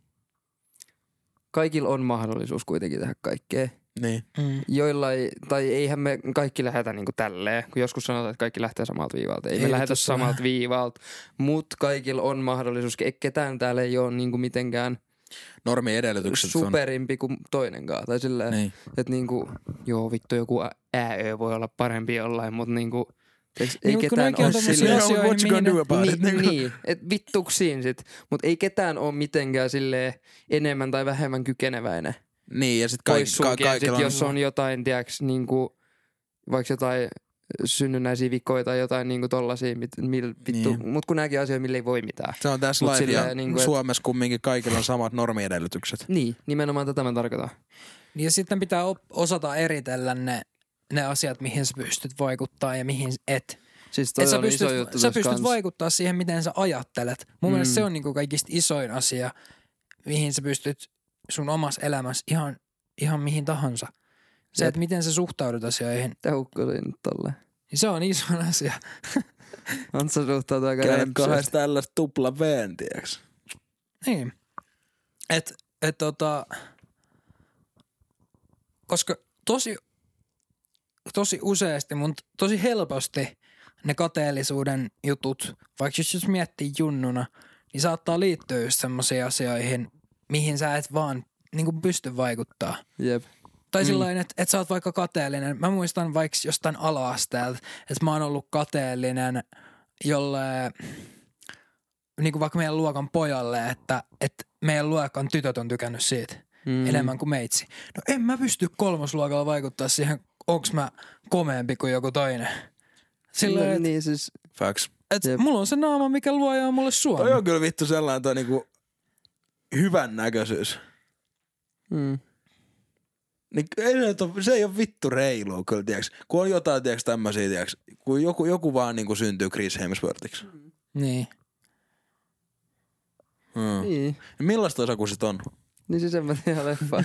[SPEAKER 1] kaikilla on mahdollisuus kuitenkin tehdä kaikkea.
[SPEAKER 2] niin.
[SPEAKER 3] Mm.
[SPEAKER 1] Joillain, tai eihän me kaikki lähetä niinku tälleen, kun joskus sanotaan, että kaikki lähtee samalta viivalta. Ei,
[SPEAKER 3] Ei
[SPEAKER 1] me lähetä
[SPEAKER 3] tossa
[SPEAKER 1] samalta
[SPEAKER 3] vähän.
[SPEAKER 1] viivalta, mutta kaikilla on mahdollisuus. Ke- Ketään täällä ei ole niinku mitenkään
[SPEAKER 2] Normiedellytykset on.
[SPEAKER 1] superimpi kuin toinenkaan. Tai silleen,
[SPEAKER 2] Niin.
[SPEAKER 1] että niinku, joo vittu joku ääö voi olla parempi jollain, mutta niinku, eiks- ei
[SPEAKER 3] mut kun
[SPEAKER 1] ketään
[SPEAKER 3] noikin on
[SPEAKER 1] ole
[SPEAKER 3] tommosia
[SPEAKER 1] silleen.
[SPEAKER 3] asioita,
[SPEAKER 2] What you gonna
[SPEAKER 3] mihin
[SPEAKER 2] do about it?
[SPEAKER 1] Niin,
[SPEAKER 2] Niinku.
[SPEAKER 1] niin, että vittuksiin sit. Mutta ei ketään ole mitenkään silleen enemmän tai vähemmän kykeneväinen.
[SPEAKER 2] Niin, ja sit kaikki,
[SPEAKER 1] Pois
[SPEAKER 2] ka-
[SPEAKER 1] sulkien
[SPEAKER 2] kaikilla
[SPEAKER 1] sit,
[SPEAKER 2] on...
[SPEAKER 1] jos on jotain, tiiäks, niinku, vaikka jotain synnynnäisiä vikoja tai jotain niinku tollasia, mit, mil, vittu.
[SPEAKER 2] Niin.
[SPEAKER 1] Mut kun nääkin asioita, millä ei voi mitään.
[SPEAKER 2] Se on tässä
[SPEAKER 1] Mut
[SPEAKER 2] live ja
[SPEAKER 1] silleen niinku, et-
[SPEAKER 2] Suomessa kumminkin kaikilla on samat normiedellytykset.
[SPEAKER 1] Niin, nimenomaan tätä mä tarkoitan.
[SPEAKER 3] Niin ja sitten pitää op- osata eritellä ne, ne asiat, mihin sä pystyt vaikuttaa ja mihin et.
[SPEAKER 1] Siis toi
[SPEAKER 3] Et sä
[SPEAKER 1] on
[SPEAKER 3] pystyt,
[SPEAKER 1] iso juttu
[SPEAKER 3] sä
[SPEAKER 1] tossa
[SPEAKER 3] pystyt
[SPEAKER 1] kans.
[SPEAKER 3] vaikuttaa siihen, miten sä ajattelet. Mun
[SPEAKER 1] Mm.
[SPEAKER 3] mielestä se on niinku kaikista isoin asia, mihin sä pystyt sun omassa elämässä ihan, ihan mihin tahansa. Se,
[SPEAKER 1] Jep.
[SPEAKER 3] että miten sä suhtaudut asioihin,
[SPEAKER 1] Tehukkosin nyt tolleen.
[SPEAKER 3] niin se on iso asia.
[SPEAKER 1] Antsa suhtautuu aika
[SPEAKER 2] Käynyt
[SPEAKER 1] rempseesti.
[SPEAKER 2] kahdesta tällaista tupla veen, tiiäks?
[SPEAKER 3] Niin. Et, et tota, koska tosi, tosi useasti, mun tosi helposti ne kateellisuuden jutut, vaikka jos, jos miettii junnuna, niin saattaa liittyä just semmoisiin asioihin, mihin sä et vaan niin kuin pysty vaikuttaa.
[SPEAKER 1] Jep.
[SPEAKER 3] Tai
[SPEAKER 1] Mm.
[SPEAKER 3] sillain, että et sä oot vaikka kateellinen. Mä muistan vaikka jostain ala-asteelta, että mä oon ollut kateellinen jolle, niin kuin vaikka meidän luokan pojalle, että, että meidän luokan tytöt on tykännyt siitä
[SPEAKER 1] Mm.
[SPEAKER 3] mm. enemmän kuin meitsi. No en mä pysty kolmosluokalla vaikuttaa siihen, onks mä komeampi kuin joku toinen. Silleen,
[SPEAKER 1] No,
[SPEAKER 3] että
[SPEAKER 1] niin siis,
[SPEAKER 2] Facts.
[SPEAKER 3] et
[SPEAKER 1] Jep.
[SPEAKER 3] mulla on se naama, mikä luoja on mulle
[SPEAKER 2] Toi
[SPEAKER 3] suonut.
[SPEAKER 2] on kyllä vittu sellainen toi niinku hyvän näköisyys.
[SPEAKER 1] mm.
[SPEAKER 2] Niin ei se, nyt oo- se ei ole vittu reilua kyllä, tiiäks. Kun on jotain, tiiäks, tämmösiä, tiiäks. Kun joku, joku vaan niinku syntyy Chris Hemsworthiksi.
[SPEAKER 3] Niin.
[SPEAKER 2] Hmm.
[SPEAKER 1] Niin.
[SPEAKER 2] Millaista osa kun sit on?
[SPEAKER 1] Niin siis en mä tiedä leffa.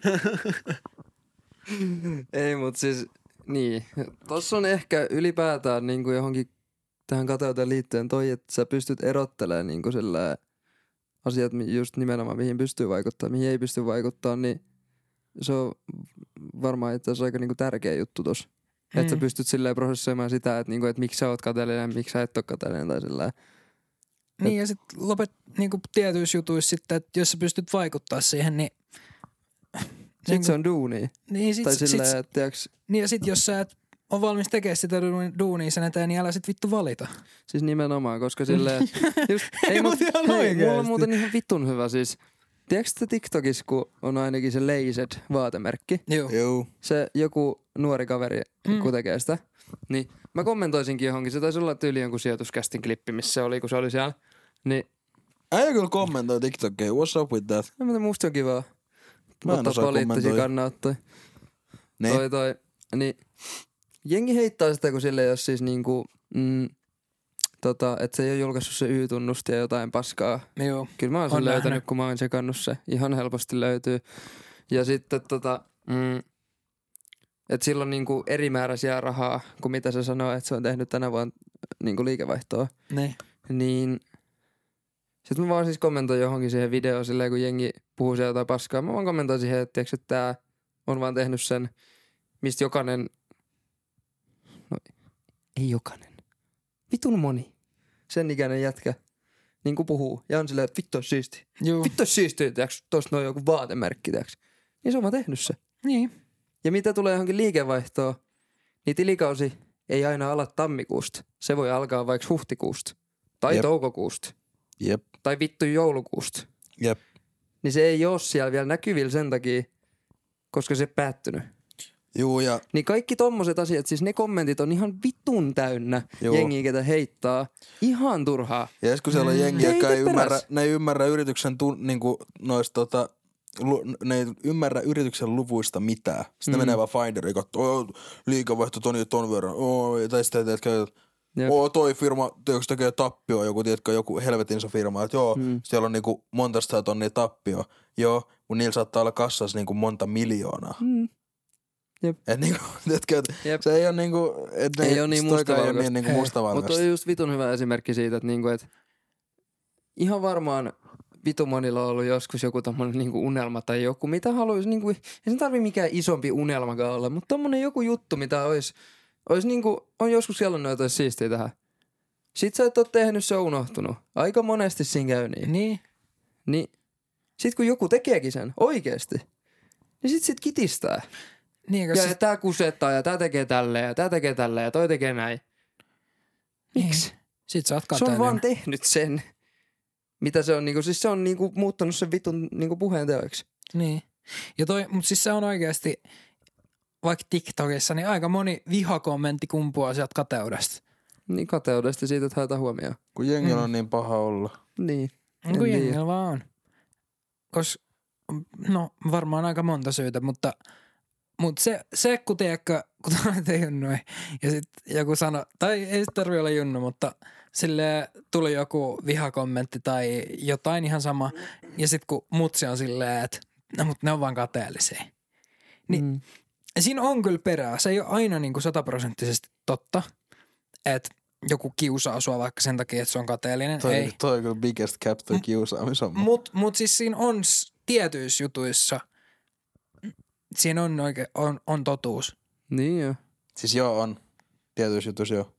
[SPEAKER 1] Ei, mut siis, niin. Tossa on ehkä ylipäätään niinku johonkin tähän kateuteen liittyen toi, että sä pystyt erottelemaan niinku sillä asiat mi- just nimenomaan mihin pystyy vaikuttaa, mihin ei pysty vaikuttaa, niin se on varmaan itse asiassa aika niinku tärkeä juttu tossa. Mm. Että sä
[SPEAKER 3] Mm.
[SPEAKER 1] pystyt silleen prosessoimaan sitä, että, niinku, että miksi sä oot kateellinen, miksi sä et ole kateellinen tai silleen.
[SPEAKER 3] Niin ja sit lopet niinku tietyissä jutuissa sitten, että jos sä pystyt vaikuttaa siihen, niin...
[SPEAKER 1] Sitten se on duunia.
[SPEAKER 3] Niin, sit,
[SPEAKER 1] Tai
[SPEAKER 3] sit,
[SPEAKER 1] silleen,
[SPEAKER 3] sit,
[SPEAKER 1] että tiiäks,
[SPEAKER 3] niin ja sit jos sä et on valmis tekemään sitä duunia sen eteen, niin älä sit vittu valita.
[SPEAKER 1] siis nimenomaan, koska silleen... just,
[SPEAKER 3] Ei,
[SPEAKER 1] mut-
[SPEAKER 3] mut ihan
[SPEAKER 1] hei,
[SPEAKER 3] oikeesti.
[SPEAKER 1] mulla on muuten ihan vittun hyvä siis. Tiedätkö te TikTokissa, kun on ainakin se Leised vaatemerkki?
[SPEAKER 3] Joo.
[SPEAKER 2] Joo.
[SPEAKER 1] Se joku nuori kaveri,
[SPEAKER 3] Mm.
[SPEAKER 1] kun tekee sitä. Niin mä kommentoisinkin johonkin. Se taisi olla tyyli jonkun sijoituskästin klippi, missä se oli, kun se oli siellä. Niin
[SPEAKER 2] Äijä kyllä kommentoi TikTokia. What's up with that?
[SPEAKER 1] no, mutta musta on kivaa.
[SPEAKER 2] Mä en
[SPEAKER 1] Ottaa
[SPEAKER 2] osaa
[SPEAKER 1] poliittisia
[SPEAKER 2] kommentoida.
[SPEAKER 1] kannanottoja.
[SPEAKER 2] Niin.
[SPEAKER 1] Toi toi. Niin jengi heittää sitä, kun sille jos siis niinku... Mm, tota, että se ei ole julkaissut se Y-tunnusta ja jotain paskaa.
[SPEAKER 3] Joo.
[SPEAKER 1] Kyllä mä oon sen
[SPEAKER 3] On
[SPEAKER 1] löytänyt,
[SPEAKER 3] nähnyt.
[SPEAKER 1] kun mä oon sekannut se. Ihan helposti löytyy. Ja sitten tota... Mm, että sillä on niinku erimääräisiä rahaa, kuin mitä se sanoo, että se on tehnyt tänä vuonna niinku liikevaihtoa.
[SPEAKER 3] Niin.
[SPEAKER 1] Niin... Sitten mä vaan siis kommentoin johonkin siihen videoon silleen, kun jengi puhuu siellä jotain paskaa. Mä vaan kommentoin siihen, että, tiiäks, että tää on vaan tehnyt sen, mistä jokainen... No, ei jokainen. Vitun moni. Sen ikäinen jätkä. Niin kuin puhuu. Ja on silleen, että vittu on siisti.
[SPEAKER 3] Joo.
[SPEAKER 1] Vittu on siisti, tiiäks. Tosta on joku vaatemerkki, tiiäks. Niin se on vaan tehnyt se.
[SPEAKER 3] Niin.
[SPEAKER 1] Ja mitä tulee johonkin liikevaihtoon, niin tilikausi ei aina ala tammikuusta. Se voi alkaa vaikka huhtikuusta. Tai
[SPEAKER 2] Jep.
[SPEAKER 1] toukokuusta.
[SPEAKER 2] Jep.
[SPEAKER 1] Tai vittu joulukuusta.
[SPEAKER 2] Jep.
[SPEAKER 1] Niin se ei oo siellä vielä näkyvillä sen takia, koska se päättynyt.
[SPEAKER 2] Juu ja
[SPEAKER 1] Niin kaikki tommoset asiat, siis ne kommentit on ihan vitun täynnä
[SPEAKER 2] Joo.
[SPEAKER 1] jengiä, ketä heittää. Ihan turhaa.
[SPEAKER 2] Ja kun siellä on
[SPEAKER 3] Mm.
[SPEAKER 2] jengi, jotka
[SPEAKER 1] Teitä
[SPEAKER 2] ei ymmärrä,
[SPEAKER 1] peräs.
[SPEAKER 2] ne ei ymmärrä yrityksen tu, niinku, noista tota, lu, ne ei ymmärrä yrityksen luvuista mitään. Sitten
[SPEAKER 1] Mm.
[SPEAKER 2] mm. menee vaan Finderiin, katsoo, oh, liikavaihto ton ja ton verran. Oh, tai sitten teetkö,
[SPEAKER 1] Jep.
[SPEAKER 2] oh, toi firma tiedätkö, tekee tappioa, joku, tiedätkö, joku helvetinsä firma. Että joo,
[SPEAKER 1] Mm.
[SPEAKER 2] mm. siellä on niinku monta sataa tonnia tappioa. Joo, mutta niillä saattaa olla kassassa niinku monta miljoonaa.
[SPEAKER 1] Mm.
[SPEAKER 2] Et niinku, tiedätkö, et
[SPEAKER 1] Jep.
[SPEAKER 2] se ei ole niinku, et ne,
[SPEAKER 1] Ei oo niin
[SPEAKER 2] toikaan ei oo
[SPEAKER 1] mustavalkoista.
[SPEAKER 2] niin niinku
[SPEAKER 3] Ei.
[SPEAKER 1] Mutta
[SPEAKER 2] mustavalkoista.
[SPEAKER 1] toi on just vitun hyvä esimerkki siitä, että niinku, et ihan varmaan vitun monilla on ollut joskus joku tommonen niinku unelma tai joku, mitä haluaisi. Niinku, ei sen tarvi mikään isompi unelmakaan olla, mutta tommonen joku juttu, mitä olisi, olisi niinku, on joskus sellainen, että olisi siistiä tähän. Sit sä et oo tehnyt, se on unohtunut. Aika monesti siinä käy niin.
[SPEAKER 3] Niin.
[SPEAKER 1] Niin sit kun joku tekeekin sen oikeesti, niin sit sit kitistää.
[SPEAKER 3] Niin,
[SPEAKER 1] Ja
[SPEAKER 3] koska
[SPEAKER 1] tää kusettaa ja tää tekee tälleen ja tää tekee tälleen ja toi tekee näin. Miksi?
[SPEAKER 3] sit sä oot
[SPEAKER 1] Se on
[SPEAKER 3] kateellinen.
[SPEAKER 1] vaan tehnyt sen, mitä se on niinku, siis se on niinku muuttanut sen vitun niinku puheen teoiksi.
[SPEAKER 3] Niin. Ja toi, mut siis se on oikeasti, vaikka TikTokissa, niin aika moni vihakommentti kumpuaa sieltä kateudesta.
[SPEAKER 1] Niin kateudesta siitä, että haetaan huomioon.
[SPEAKER 2] Kun jengi
[SPEAKER 3] Mm.
[SPEAKER 2] on niin paha olla.
[SPEAKER 1] Niin.
[SPEAKER 3] Niin kuin
[SPEAKER 1] En tiedä.
[SPEAKER 3] jengillä vaan on. Kos, no varmaan aika monta syytä, mutta, mutta se, se kun tiedätkö, kun te olette junnoja ja sitten joku sanoi, tai ei se tarvitse olla junnu, mutta sille tuli joku vihakommentti tai jotain ihan sama. Ja sitten kun mutsi on silleen, että no mutta ne on vaan kateellisia. Niin
[SPEAKER 1] Mm.
[SPEAKER 3] siinä on kyllä perää. Se ei ole aina niin kuin sataprosenttisesti totta, että joku kiusaa sua vaikka sen takia, että se on kateellinen.
[SPEAKER 2] Toi,
[SPEAKER 3] ei.
[SPEAKER 2] toi on kyllä biggest cap toi kiusaamishomma.
[SPEAKER 3] Mut, mut siis siinä on s- tietyissä jutuissa, siinä on, oike, on, on totuus.
[SPEAKER 1] Niin joo.
[SPEAKER 2] Siis joo on. Tietyissä jutuissa joo.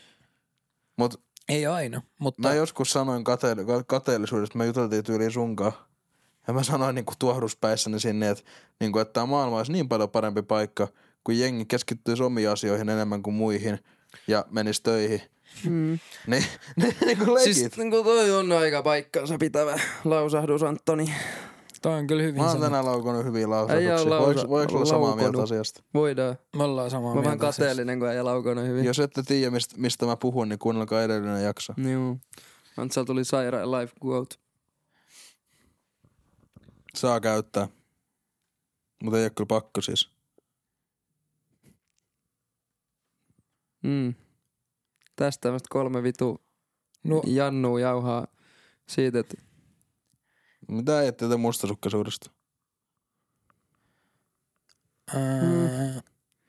[SPEAKER 2] Mut
[SPEAKER 3] Ei aina, mutta
[SPEAKER 2] mä joskus sanoin kate- ka- kateellisuudesta, me juteltiin tyyliin sunkaan. Ja mä sanoin niinku tuohduspäissäni sinne, että, niinku, että tää maailma olisi niin paljon parempi paikka, kun jengi keskittyisi omiin asioihin enemmän kuin muihin ja menisi töihin.
[SPEAKER 1] Mm.
[SPEAKER 2] Niin, niin, niinku legit.
[SPEAKER 1] Siis niinku toi on aika paikkansa pitävä lausahdus, Antoni.
[SPEAKER 3] toi on kyllä hyvin
[SPEAKER 2] Mä oon
[SPEAKER 3] sanottu.
[SPEAKER 2] tänään laukonut hyviä
[SPEAKER 1] Ei
[SPEAKER 2] lausahduksia.
[SPEAKER 1] oo lausa-
[SPEAKER 2] Voiko, voiko olla samaa mieltä
[SPEAKER 1] laukonut.
[SPEAKER 2] asiasta?
[SPEAKER 1] Voidaan.
[SPEAKER 3] Me ollaan samaa
[SPEAKER 1] Mä oon vähän
[SPEAKER 3] mieltä asiasta.
[SPEAKER 1] kateellinen, kun ei laukonut hyvin.
[SPEAKER 2] Jos ette tiedä, mistä, mistä mä puhun, niin kuunnelkaa edellinen jakso.
[SPEAKER 1] Joo. Antsalla tuli sairaan life quote.
[SPEAKER 2] Saa käyttää. Mutta ei ole kyllä pakko siis.
[SPEAKER 1] Mm. Tästä tämmöstä kolme vitu
[SPEAKER 3] No,
[SPEAKER 1] Jannu jauhaa siitä, että
[SPEAKER 2] Mitä ajatte te mustasukkaisuudesta?
[SPEAKER 3] ää,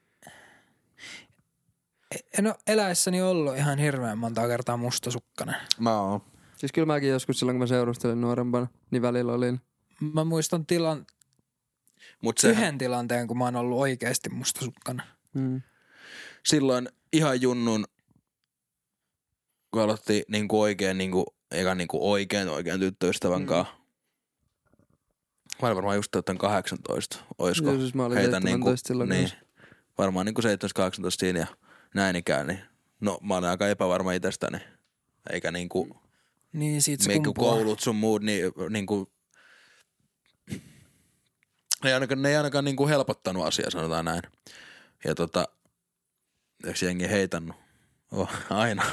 [SPEAKER 3] en ole eläessäni ollut ihan hirveän monta kertaa mustasukkainen.
[SPEAKER 2] Mä oon.
[SPEAKER 1] siis kyllä mäkin joskus silloin, kun mä seurustelin nuorempana, niin välillä olin.
[SPEAKER 3] Mä muistan tilan,
[SPEAKER 2] Mut
[SPEAKER 3] yhden tilanteen, kun mä oon ollut oikeasti mustasukkainen.
[SPEAKER 1] Mm.
[SPEAKER 2] silloin ihan junnun, kun aloitti niinku oikein, niinku, eikä niinku oikein oikein tyttöystävän kanssa. Mm. Mä olin varmaan just täyttänyt kahdeksantoista, oisko?
[SPEAKER 1] Joo, siis mä olin
[SPEAKER 2] Heitän
[SPEAKER 1] seitsemäntoista silloin
[SPEAKER 2] niin,
[SPEAKER 1] kanssa.
[SPEAKER 2] varmaan niinku seitsemäntoista kahdeksantoista siinä ja näin ikään, niin no mä olen aika epävarma itsestäni. Eikä niinku,
[SPEAKER 3] Niin, siitä se
[SPEAKER 2] niinku
[SPEAKER 3] kumpuaa.
[SPEAKER 2] koulut sun muut, niin niinku, ne ei ainakaan, ne ei ainakaan niinku helpottanut asiaa, sanotaan näin. Ja tota, eikö jengi heitannut? Oh, aina.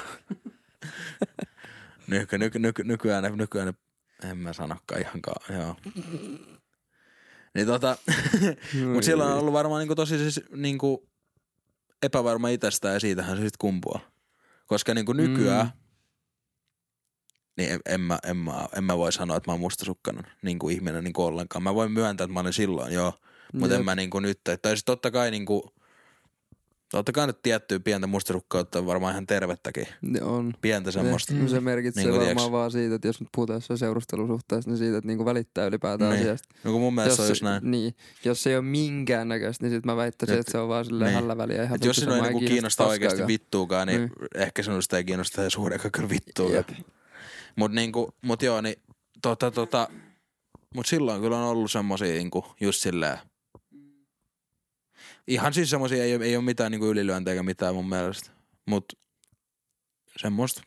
[SPEAKER 2] nyky, nyky, nyky, nykyään, nykyään, en mä sanokaan ihankaan, joo. Niin tota, mut silloin on ollut varmaan niinku tosi siis niinku epävarma itsestään ja siitähän se sit kumpuaa. Koska niinku nykyään, mm. niin en, en, mä, en, mä, en mä voi sanoa, että mä oon mustasukkainen niinku ihminen niinku ollenkaan. Mä voin myöntää, että mä olin silloin, joo. Mutta en mä niinku nyt, tai siis totta kai niinku, totta kai nyt tiettyä pientä mustasukkautta on varmaan ihan tervettäkin.
[SPEAKER 1] Ne on.
[SPEAKER 2] Pientä semmoista.
[SPEAKER 1] Se, se merkitsee
[SPEAKER 2] Niinku
[SPEAKER 1] varmaan
[SPEAKER 2] tiiäks,
[SPEAKER 1] vaan siitä, että jos nyt puhutaan jossain seurustelusuhteessa, niin siitä, että niinku välittää ylipäätään
[SPEAKER 2] niin.
[SPEAKER 1] asiasta.
[SPEAKER 2] No kun mun mielestä
[SPEAKER 1] Jos
[SPEAKER 2] se on just näin.
[SPEAKER 1] Niin, jos se ei ole minkäännäköistä, niin sit mä väittäisin,
[SPEAKER 2] Et-
[SPEAKER 1] että se on vaan silleen
[SPEAKER 2] niin.
[SPEAKER 1] hällä väliä. Ihan
[SPEAKER 2] Et jos sinua ei niinku kiinnostaa oikeasti
[SPEAKER 1] paskaakaan.
[SPEAKER 2] vittuukaan, niin
[SPEAKER 1] Niin.
[SPEAKER 2] ehkä sinua sitä ei kiinnosta edes suurekaan kyllä vittuukaan.
[SPEAKER 1] Jep.
[SPEAKER 2] Mut niinku, mut joo, niin tota tota, mut silloin kyllä on ollut semmosia niinku just silleen. Ihan siis semmosia, ei, ei oo mitään niinku ylilyöntejä eikä mitään mun mielestä. Mut semmoista.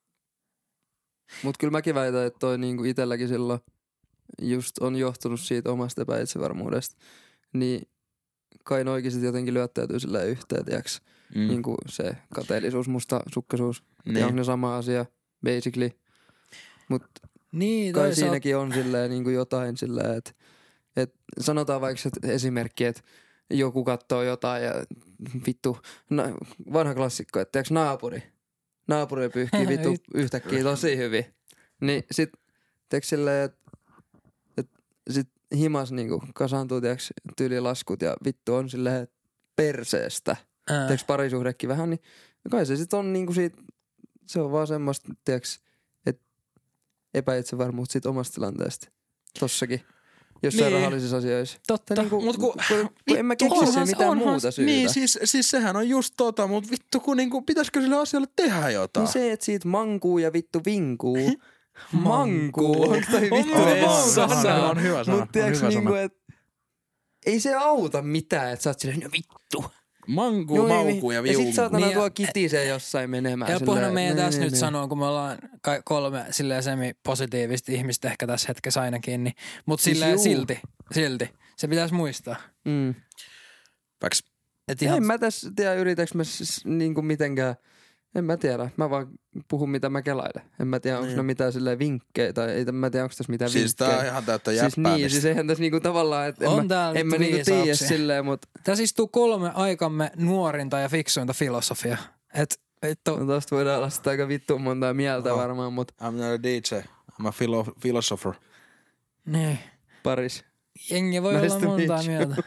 [SPEAKER 1] Mut kyllä mäkin väitän, että toi niinku itelläkin silloin just on johtunut siitä omasta epäitsevarmuudesta. Niin kai noikin sit jotenkin lyöttäytyy silleen yhteen, tiiäks.
[SPEAKER 2] Mm.
[SPEAKER 1] Niinku se kateellisuus, mustasukkaisuus.
[SPEAKER 2] Niin.
[SPEAKER 1] Ja onko ne sama asia, basically. Mut
[SPEAKER 3] Niin,
[SPEAKER 1] kai
[SPEAKER 3] toisaalta.
[SPEAKER 1] siinäkin on silleen niinku jotain silleen, että et sanotaan vaikka et esimerkki, että joku katsoo jotain ja vittu, na, vanha klassikko, että tiiäks naapuri. Naapuri pyyhkii vittu yhtäkkiä tosi hyvin. Niin sit tiiäks silleen, että et, sit himas niinku kasaantuu tiiäks tyylilaskut ja vittu on silleen perseestä.
[SPEAKER 3] Ää.
[SPEAKER 1] Tiiäks parisuhdekin vähän, niin kai se sit on niinku siitä, se on vaan semmoista, tiiäks, että epäitsevarmuutta siitä omasta tilanteesta. Tossakin. Jossain
[SPEAKER 2] Niin.
[SPEAKER 1] rahallisissa asioissa.
[SPEAKER 3] Totta.
[SPEAKER 1] Tai niinku,
[SPEAKER 2] Mut kun-
[SPEAKER 1] kun, kun en mä keksi
[SPEAKER 3] onhan
[SPEAKER 1] siihen
[SPEAKER 3] se-
[SPEAKER 1] mitään
[SPEAKER 3] onhan
[SPEAKER 1] muuta
[SPEAKER 3] se-
[SPEAKER 1] syytä.
[SPEAKER 2] Niin, siis, siis sehän on just tota, mut vittu kun niinku, pitäisikö sille asialle tehdä jotain?
[SPEAKER 1] Niin se, että siitä mankuu ja vittu vinkuu. mankuu. Onko toi
[SPEAKER 2] On
[SPEAKER 1] vittu
[SPEAKER 2] hyvä
[SPEAKER 1] edes
[SPEAKER 2] sana,
[SPEAKER 1] sana?
[SPEAKER 2] on hyvä sana,
[SPEAKER 1] Mut
[SPEAKER 2] on
[SPEAKER 1] tiiäks
[SPEAKER 2] hyvä
[SPEAKER 1] niinku,
[SPEAKER 2] sana.
[SPEAKER 1] et ei se auta mitään, että sä oot silleen, no vittu.
[SPEAKER 2] Mankuu,
[SPEAKER 1] Joo,
[SPEAKER 2] maukuu ja
[SPEAKER 1] Ja sit
[SPEAKER 2] viunkuu.
[SPEAKER 1] saatana
[SPEAKER 3] Niin,
[SPEAKER 1] tuo
[SPEAKER 3] ja-
[SPEAKER 1] kitisee jossain menemään.
[SPEAKER 3] Helppohan
[SPEAKER 1] silleen,
[SPEAKER 3] meidän
[SPEAKER 1] niin,
[SPEAKER 3] tässä
[SPEAKER 1] niin,
[SPEAKER 3] nyt
[SPEAKER 1] niin.
[SPEAKER 3] sanoa, kun me ollaan ka- kolme silleen semi-positiivista ihmistä ehkä tässä hetkessä ainakin, niin, mutta
[SPEAKER 1] Siis
[SPEAKER 3] silleen
[SPEAKER 1] juu.
[SPEAKER 3] silti, silti. Se pitäisi muistaa.
[SPEAKER 1] Mm.
[SPEAKER 2] Väks.
[SPEAKER 3] Et
[SPEAKER 1] Ihan...
[SPEAKER 3] ihan,
[SPEAKER 1] En mä tässä tiedä, yritäks mä siis niinku mitenkään, en mä tiedä. Mä vaan puhun mitä mä kelailen. En mä tiedä, onko
[SPEAKER 2] Niin.
[SPEAKER 1] ne mitään silleen vinkkejä tai ei mä tiedä, onko tässä mitään
[SPEAKER 2] Siis
[SPEAKER 1] vinkkejä.
[SPEAKER 2] tää on ihan täyttä
[SPEAKER 1] Siis
[SPEAKER 2] jäppäämistä.
[SPEAKER 1] niin, siis eihän tässä niinku tavallaan, että en
[SPEAKER 3] On
[SPEAKER 1] mä,
[SPEAKER 3] täällä
[SPEAKER 1] en mä
[SPEAKER 3] vittu
[SPEAKER 1] niinku tiedä
[SPEAKER 3] viisauksia.
[SPEAKER 1] silleen, mutta
[SPEAKER 3] tässä istuu kolme aikamme nuorinta ja fiksuinta filosofia. Et vittu,
[SPEAKER 1] no tosta voidaan olla sitä aika vittu montaa mieltä
[SPEAKER 2] Oho.
[SPEAKER 1] varmaan, mutta
[SPEAKER 2] I'm not a D J, I'm a philo- philosopher.
[SPEAKER 3] niin.
[SPEAKER 1] paris.
[SPEAKER 3] Jengi voi
[SPEAKER 1] Nice
[SPEAKER 3] olla
[SPEAKER 1] to meet
[SPEAKER 3] montaa
[SPEAKER 1] you.
[SPEAKER 3] mieltä.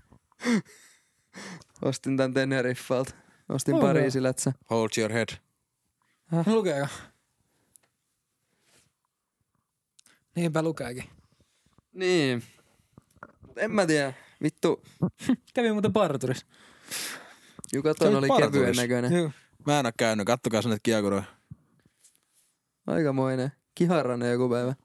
[SPEAKER 1] Ostin tän Teneriffalta. Ostin
[SPEAKER 3] Okei.
[SPEAKER 1] Pariisilätsä.
[SPEAKER 2] Hold your head.
[SPEAKER 3] Lukeeko? Niinpä lukeekin.
[SPEAKER 1] Niin. En mä tiedä. Vittu.
[SPEAKER 3] Kävi muuten parturissa.
[SPEAKER 1] Jukaton
[SPEAKER 2] Kävit
[SPEAKER 1] oli
[SPEAKER 2] parturissa?
[SPEAKER 1] kevyen näköinen.
[SPEAKER 3] Joo.
[SPEAKER 2] Mä en oo käynyt, kattokaa sen näitä kiekuroja.
[SPEAKER 1] Aikamoinen. Kiharranen joku päivä.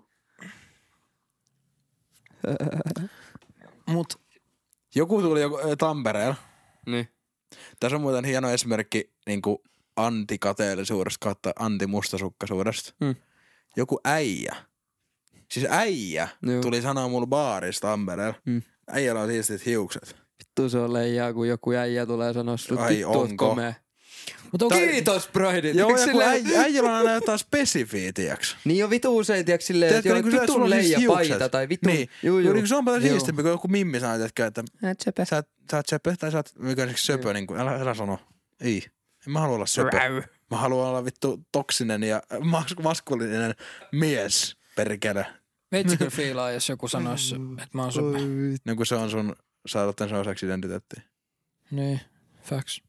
[SPEAKER 3] Mut
[SPEAKER 2] Joku tuli joku, äh, Tampereella.
[SPEAKER 1] Niin.
[SPEAKER 2] Tässä on muuten hieno esimerkki niinku antikateellisuudesta kautta antimustasukkaisuudesta.
[SPEAKER 1] Hmm.
[SPEAKER 2] Joku äijä. Siis äijä
[SPEAKER 1] Joo.
[SPEAKER 2] tuli sanoa mulle baarista Tampereella.
[SPEAKER 1] Hmm.
[SPEAKER 2] Äijällä on siistit hiukset.
[SPEAKER 1] Vittu se on leijaa, kun joku äijä tulee sanoa sulle,
[SPEAKER 2] Ai,
[SPEAKER 1] vittu oot
[SPEAKER 2] onko?
[SPEAKER 1] komea.
[SPEAKER 3] Mut onko,
[SPEAKER 1] Kiitos, Bridit.
[SPEAKER 2] Joo,
[SPEAKER 1] Tiedätkö
[SPEAKER 2] ja kun
[SPEAKER 1] silleen-
[SPEAKER 2] äijä, äijällä on aina jotain spesifiä, tiiäks?
[SPEAKER 1] Niin on vitu usein, tiedätkö silleen, että
[SPEAKER 2] Tiedätkö,
[SPEAKER 1] joo,
[SPEAKER 2] niin kuin
[SPEAKER 1] vitun
[SPEAKER 2] sulla on siis
[SPEAKER 1] leija
[SPEAKER 2] hiukset.
[SPEAKER 1] paita tai vitun.
[SPEAKER 2] Niin.
[SPEAKER 1] Juu,
[SPEAKER 2] Joo,
[SPEAKER 1] juu.
[SPEAKER 2] niin se on paljon
[SPEAKER 1] Joo.
[SPEAKER 2] siistimpi kuin joku mimmi sanoo, tiedätkö, että
[SPEAKER 1] Ätsepä.
[SPEAKER 2] sä, oot- sä oot söpö tai sä oot mikä on söpö, niin kuin, älä, älä sano. Ei. En mä halua olla söpö.
[SPEAKER 3] Räy.
[SPEAKER 2] Mä haluan olla vittu toksinen ja mas- maskuliininen mies, perkele.
[SPEAKER 3] Veitsi kyllä fiilaa, jos joku sanois, että mä oon sun.
[SPEAKER 2] Niin kuin se on sun, sä oot sen osaksi identiteettiä.
[SPEAKER 3] Niin, facts.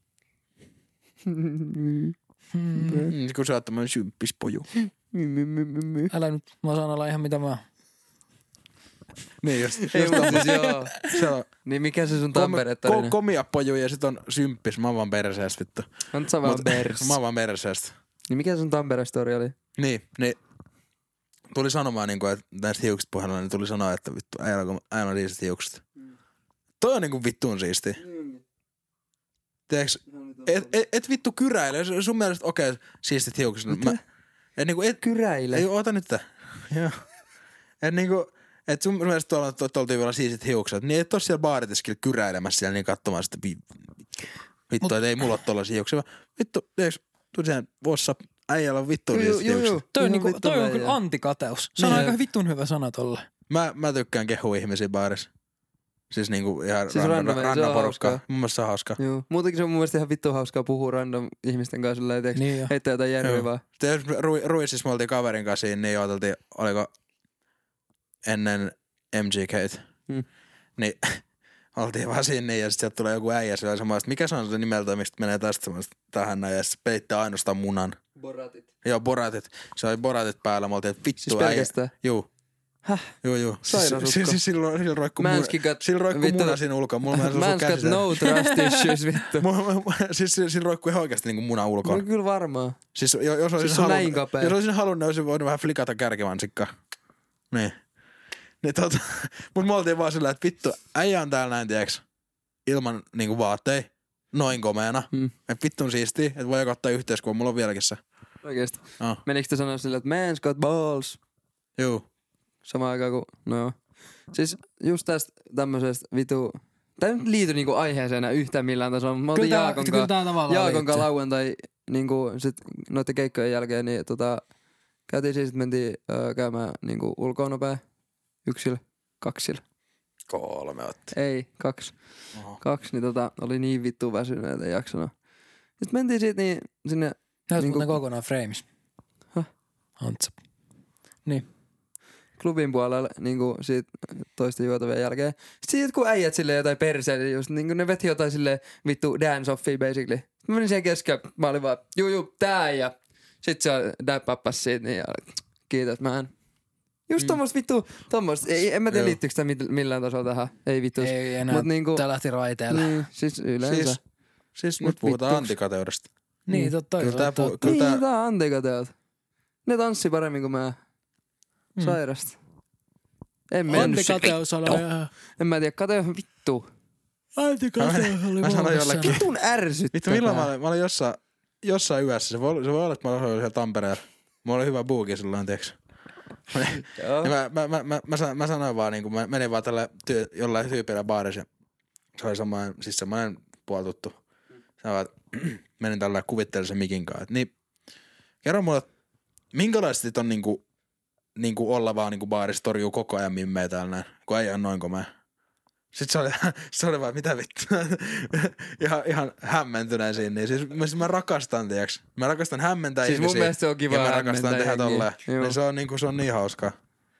[SPEAKER 3] Hmm.
[SPEAKER 2] Mm, kun sä oot tämmönen symppis poju.
[SPEAKER 3] Älä nyt, mä saan olla ihan mitä mä oon.
[SPEAKER 2] Niin just.
[SPEAKER 1] Ei,
[SPEAKER 2] just
[SPEAKER 1] mut
[SPEAKER 2] tommoset.
[SPEAKER 1] siis joo.
[SPEAKER 2] Se on
[SPEAKER 1] Niin mikä se sun
[SPEAKER 2] kom,
[SPEAKER 1] Tampere-tarina?
[SPEAKER 2] ko, komia poju ja sit on symppis. Mä oon vaan perseestä vittu.
[SPEAKER 1] On sä vaan
[SPEAKER 2] Mut-
[SPEAKER 1] pers.
[SPEAKER 2] Mä oon vaan perseestä.
[SPEAKER 1] Niin mikä sun Tampere-story oli?
[SPEAKER 2] Niin, niin. Tuli sanomaan niinku, että näistä hiuksista puheella, niin tuli sanoa, että vittu, äijällä on, äijällä on siistit hiukset. Mm. Toi on niinku vittuun siistiä. Mm. Tiedätkö, et, et, et vittu kyräile. Sun mielestä okei, okay, siistit hiukset. Mä, et niinku, et
[SPEAKER 1] Kyräile.
[SPEAKER 2] Ei, oota nyt tää. Joo. Et niinku, et sun mielestä tuolla on tuolla tyypillä siistit hiukset, niin et oo siellä baaritiskillä kyräilemässä siellä niin katsomaan sitä vi, vittu, Mut, et ei mulla oo tollasia hiuksia. Vittu, tiiäks, tuu siihen vossa äijällä on vittuun siistit hiukset.
[SPEAKER 3] Toi on,
[SPEAKER 1] Ihan
[SPEAKER 3] niinku,
[SPEAKER 1] vittu
[SPEAKER 3] toi on
[SPEAKER 1] meijä.
[SPEAKER 3] kyllä antikateus. Se on
[SPEAKER 1] Niin.
[SPEAKER 3] aika vittun hyvä sana tolle.
[SPEAKER 2] Mä, mä tykkään kehua ihmisiä baarissa. Siis niinku ihan
[SPEAKER 1] Siis
[SPEAKER 2] random,
[SPEAKER 1] random, se on
[SPEAKER 2] random porukkaa.
[SPEAKER 1] hauskaa.
[SPEAKER 2] Mun mielestä se on hauskaa.
[SPEAKER 1] Joo. Muutenkin se on mun mielestä ihan vittu hauskaa puhua random ihmisten kanssa. Sillä ei
[SPEAKER 3] Niin jo.
[SPEAKER 1] heittää jotain järviä vaan.
[SPEAKER 2] Ru, Ruississa me oltiin kaverin kanssa siinä, niin oteltiin, oliko ennen M G K:tä.
[SPEAKER 1] Hmm.
[SPEAKER 2] Niin oltiin vaan siinä niin, ja sitten sieltä tulee joku äijä sillä semmoista, mikä se on se nimeltä, mistä menee tästä semmoista tähän näin, ja se peittää ainoastaan munan.
[SPEAKER 1] Boratit.
[SPEAKER 2] Joo, boratit. Se oli boratit päällä, me oltiin, että vittu
[SPEAKER 1] Siis
[SPEAKER 2] äijä.
[SPEAKER 1] pelkästään?
[SPEAKER 2] Juu.
[SPEAKER 1] Häh?
[SPEAKER 2] Joo, joo.
[SPEAKER 1] Sairasukko.
[SPEAKER 2] Siis, siis silloin, silloin roikkuu muna,
[SPEAKER 1] Man's got-
[SPEAKER 2] silloin roikkuu
[SPEAKER 1] vittu-
[SPEAKER 2] muna siinä ulkoa. Mulla on
[SPEAKER 1] Man's got no trust issues, vittu.
[SPEAKER 2] Siis silloin roikkuu ihan oikeasti niinku muna ulkoa.
[SPEAKER 1] No kyllä varmaan.
[SPEAKER 2] Siis jo- jos olisin
[SPEAKER 1] Siis se on näin
[SPEAKER 2] halunnut,
[SPEAKER 1] kapea.
[SPEAKER 2] jos olisin halunnut, niin olisin voinut vähän flikata kärkimansikkaa. Niin. Niin tota, mut me oltiin vaan sillä, että vittu, äijä on täällä näin, tiiäks, ilman niinku vaatteja, noin komeena.
[SPEAKER 1] Hmm.
[SPEAKER 2] Et vittun siistiä, että voi ottaa yhteiskuva, mulla on vieläkin se.
[SPEAKER 1] Oikeesti.
[SPEAKER 2] Oh.
[SPEAKER 1] Menikö te sanoa sillä, että man's got balls?
[SPEAKER 2] Juu.
[SPEAKER 1] Samaan aikaan kuin, no joo. Siis just tästä tämmöisestä vitu... Tää ei nyt liity niinku aiheeseen enää yhtään millään tasolla, mutta mä oltiin
[SPEAKER 3] Kyllä tää-
[SPEAKER 1] Jaakon
[SPEAKER 3] kyllä
[SPEAKER 1] kanssa
[SPEAKER 3] tää tavallaan
[SPEAKER 1] Jaakon kanssa
[SPEAKER 3] liittyy.
[SPEAKER 1] lauantai niinku sit noitten keikkojen jälkeen, niin tota... Käytiin siis, sit mentiin öö, käymään niinku ulkoa nopea. Yksillä, kaksilla.
[SPEAKER 2] Kolme otti.
[SPEAKER 1] Ei, kaksi.
[SPEAKER 2] Oho.
[SPEAKER 1] Kaksi, niin tota, oli niin vittu väsynyt, että ei jaksanut. Sitten mentiin siitä niin sinne
[SPEAKER 3] Näyt
[SPEAKER 1] Niinku-
[SPEAKER 3] muuten kokonaan frames.
[SPEAKER 1] Häh?
[SPEAKER 3] Antsa. Niin.
[SPEAKER 1] klubin puolella niinku siitä toisten juotavien jälkeen. Sitten siitä kun äijät silleen jotain perseille just, niinku ne veti jotain silleen vittu dance-offia basically. Sitten mä menin siihen keskellä, mä olin vaan, juu juu, tää ja sit se däppäppäs siitä, niin ja kiitos, mä en. Just
[SPEAKER 3] Mm.
[SPEAKER 1] tommoista vittu, tommoista. Ei, en mä tiedä
[SPEAKER 2] Joo.
[SPEAKER 1] liittyykö sitä mit- millään tasolla tähän. Ei vittu.
[SPEAKER 3] Ei enää,
[SPEAKER 1] Mut niinku,
[SPEAKER 3] tää lähti raiteelle.
[SPEAKER 1] niin, siis yleensä.
[SPEAKER 2] Siis, siis
[SPEAKER 1] Mut
[SPEAKER 2] nyt puhutaan
[SPEAKER 1] vittuks.
[SPEAKER 2] antikateudesta.
[SPEAKER 3] Niin, totta.
[SPEAKER 2] Kyllä tää
[SPEAKER 3] totta.
[SPEAKER 2] pu- kyllä
[SPEAKER 1] niin,
[SPEAKER 2] tää-
[SPEAKER 1] tää on antikateot. Ne tanssi paremmin kuin mä.
[SPEAKER 3] Mm.
[SPEAKER 1] Sairasta. En mä,
[SPEAKER 3] Antikateus oli ihan...
[SPEAKER 1] en mä tiedä, kate on vittu.
[SPEAKER 3] Antikateus oli
[SPEAKER 2] mä sanoin
[SPEAKER 3] voimassa.
[SPEAKER 2] jollekin-
[SPEAKER 1] Vitun ärsyttävää.
[SPEAKER 2] Vittu, milloin mä olin, mä olin jossain, jossain yössä. Se voi, se voi olla, että mä olin siellä Tampereella. Mulla oli hyvä buuki silloin, tiiäks.
[SPEAKER 1] Joo.
[SPEAKER 2] Ja mä, mä, mä, mä, mä, san- mä sanoin vaan, niin kun mä menin vaan tällä työ, jollain tyypillä baarissa. ja Se oli semmoinen, siis semmoinen puoltuttu. Sanoin vaan, että menin tällä kuvitteellisen mikin kanssa. että Niin, kerro mulle, että minkälaisesti on niinku, niinku olla vaan niinku baarissa torjuu koko ajan mimmeä täällä näin, kun ei ole noin komea. Sitten se oli, se oli vaan, mitä vittu, ihan, ihan hämmentyneen siinä. Niin siis, mä, siis mä rakastan, tiiäks. Mä rakastan hämmentää
[SPEAKER 1] Siis mun
[SPEAKER 2] ihmisiä.
[SPEAKER 1] mielestä se on kiva
[SPEAKER 2] ja mä rakastan
[SPEAKER 1] hämmentää
[SPEAKER 2] tehdä
[SPEAKER 1] jengiä.
[SPEAKER 2] tolleen.
[SPEAKER 1] Joo.
[SPEAKER 2] Niin se on, niinku, se on niin hauskaa.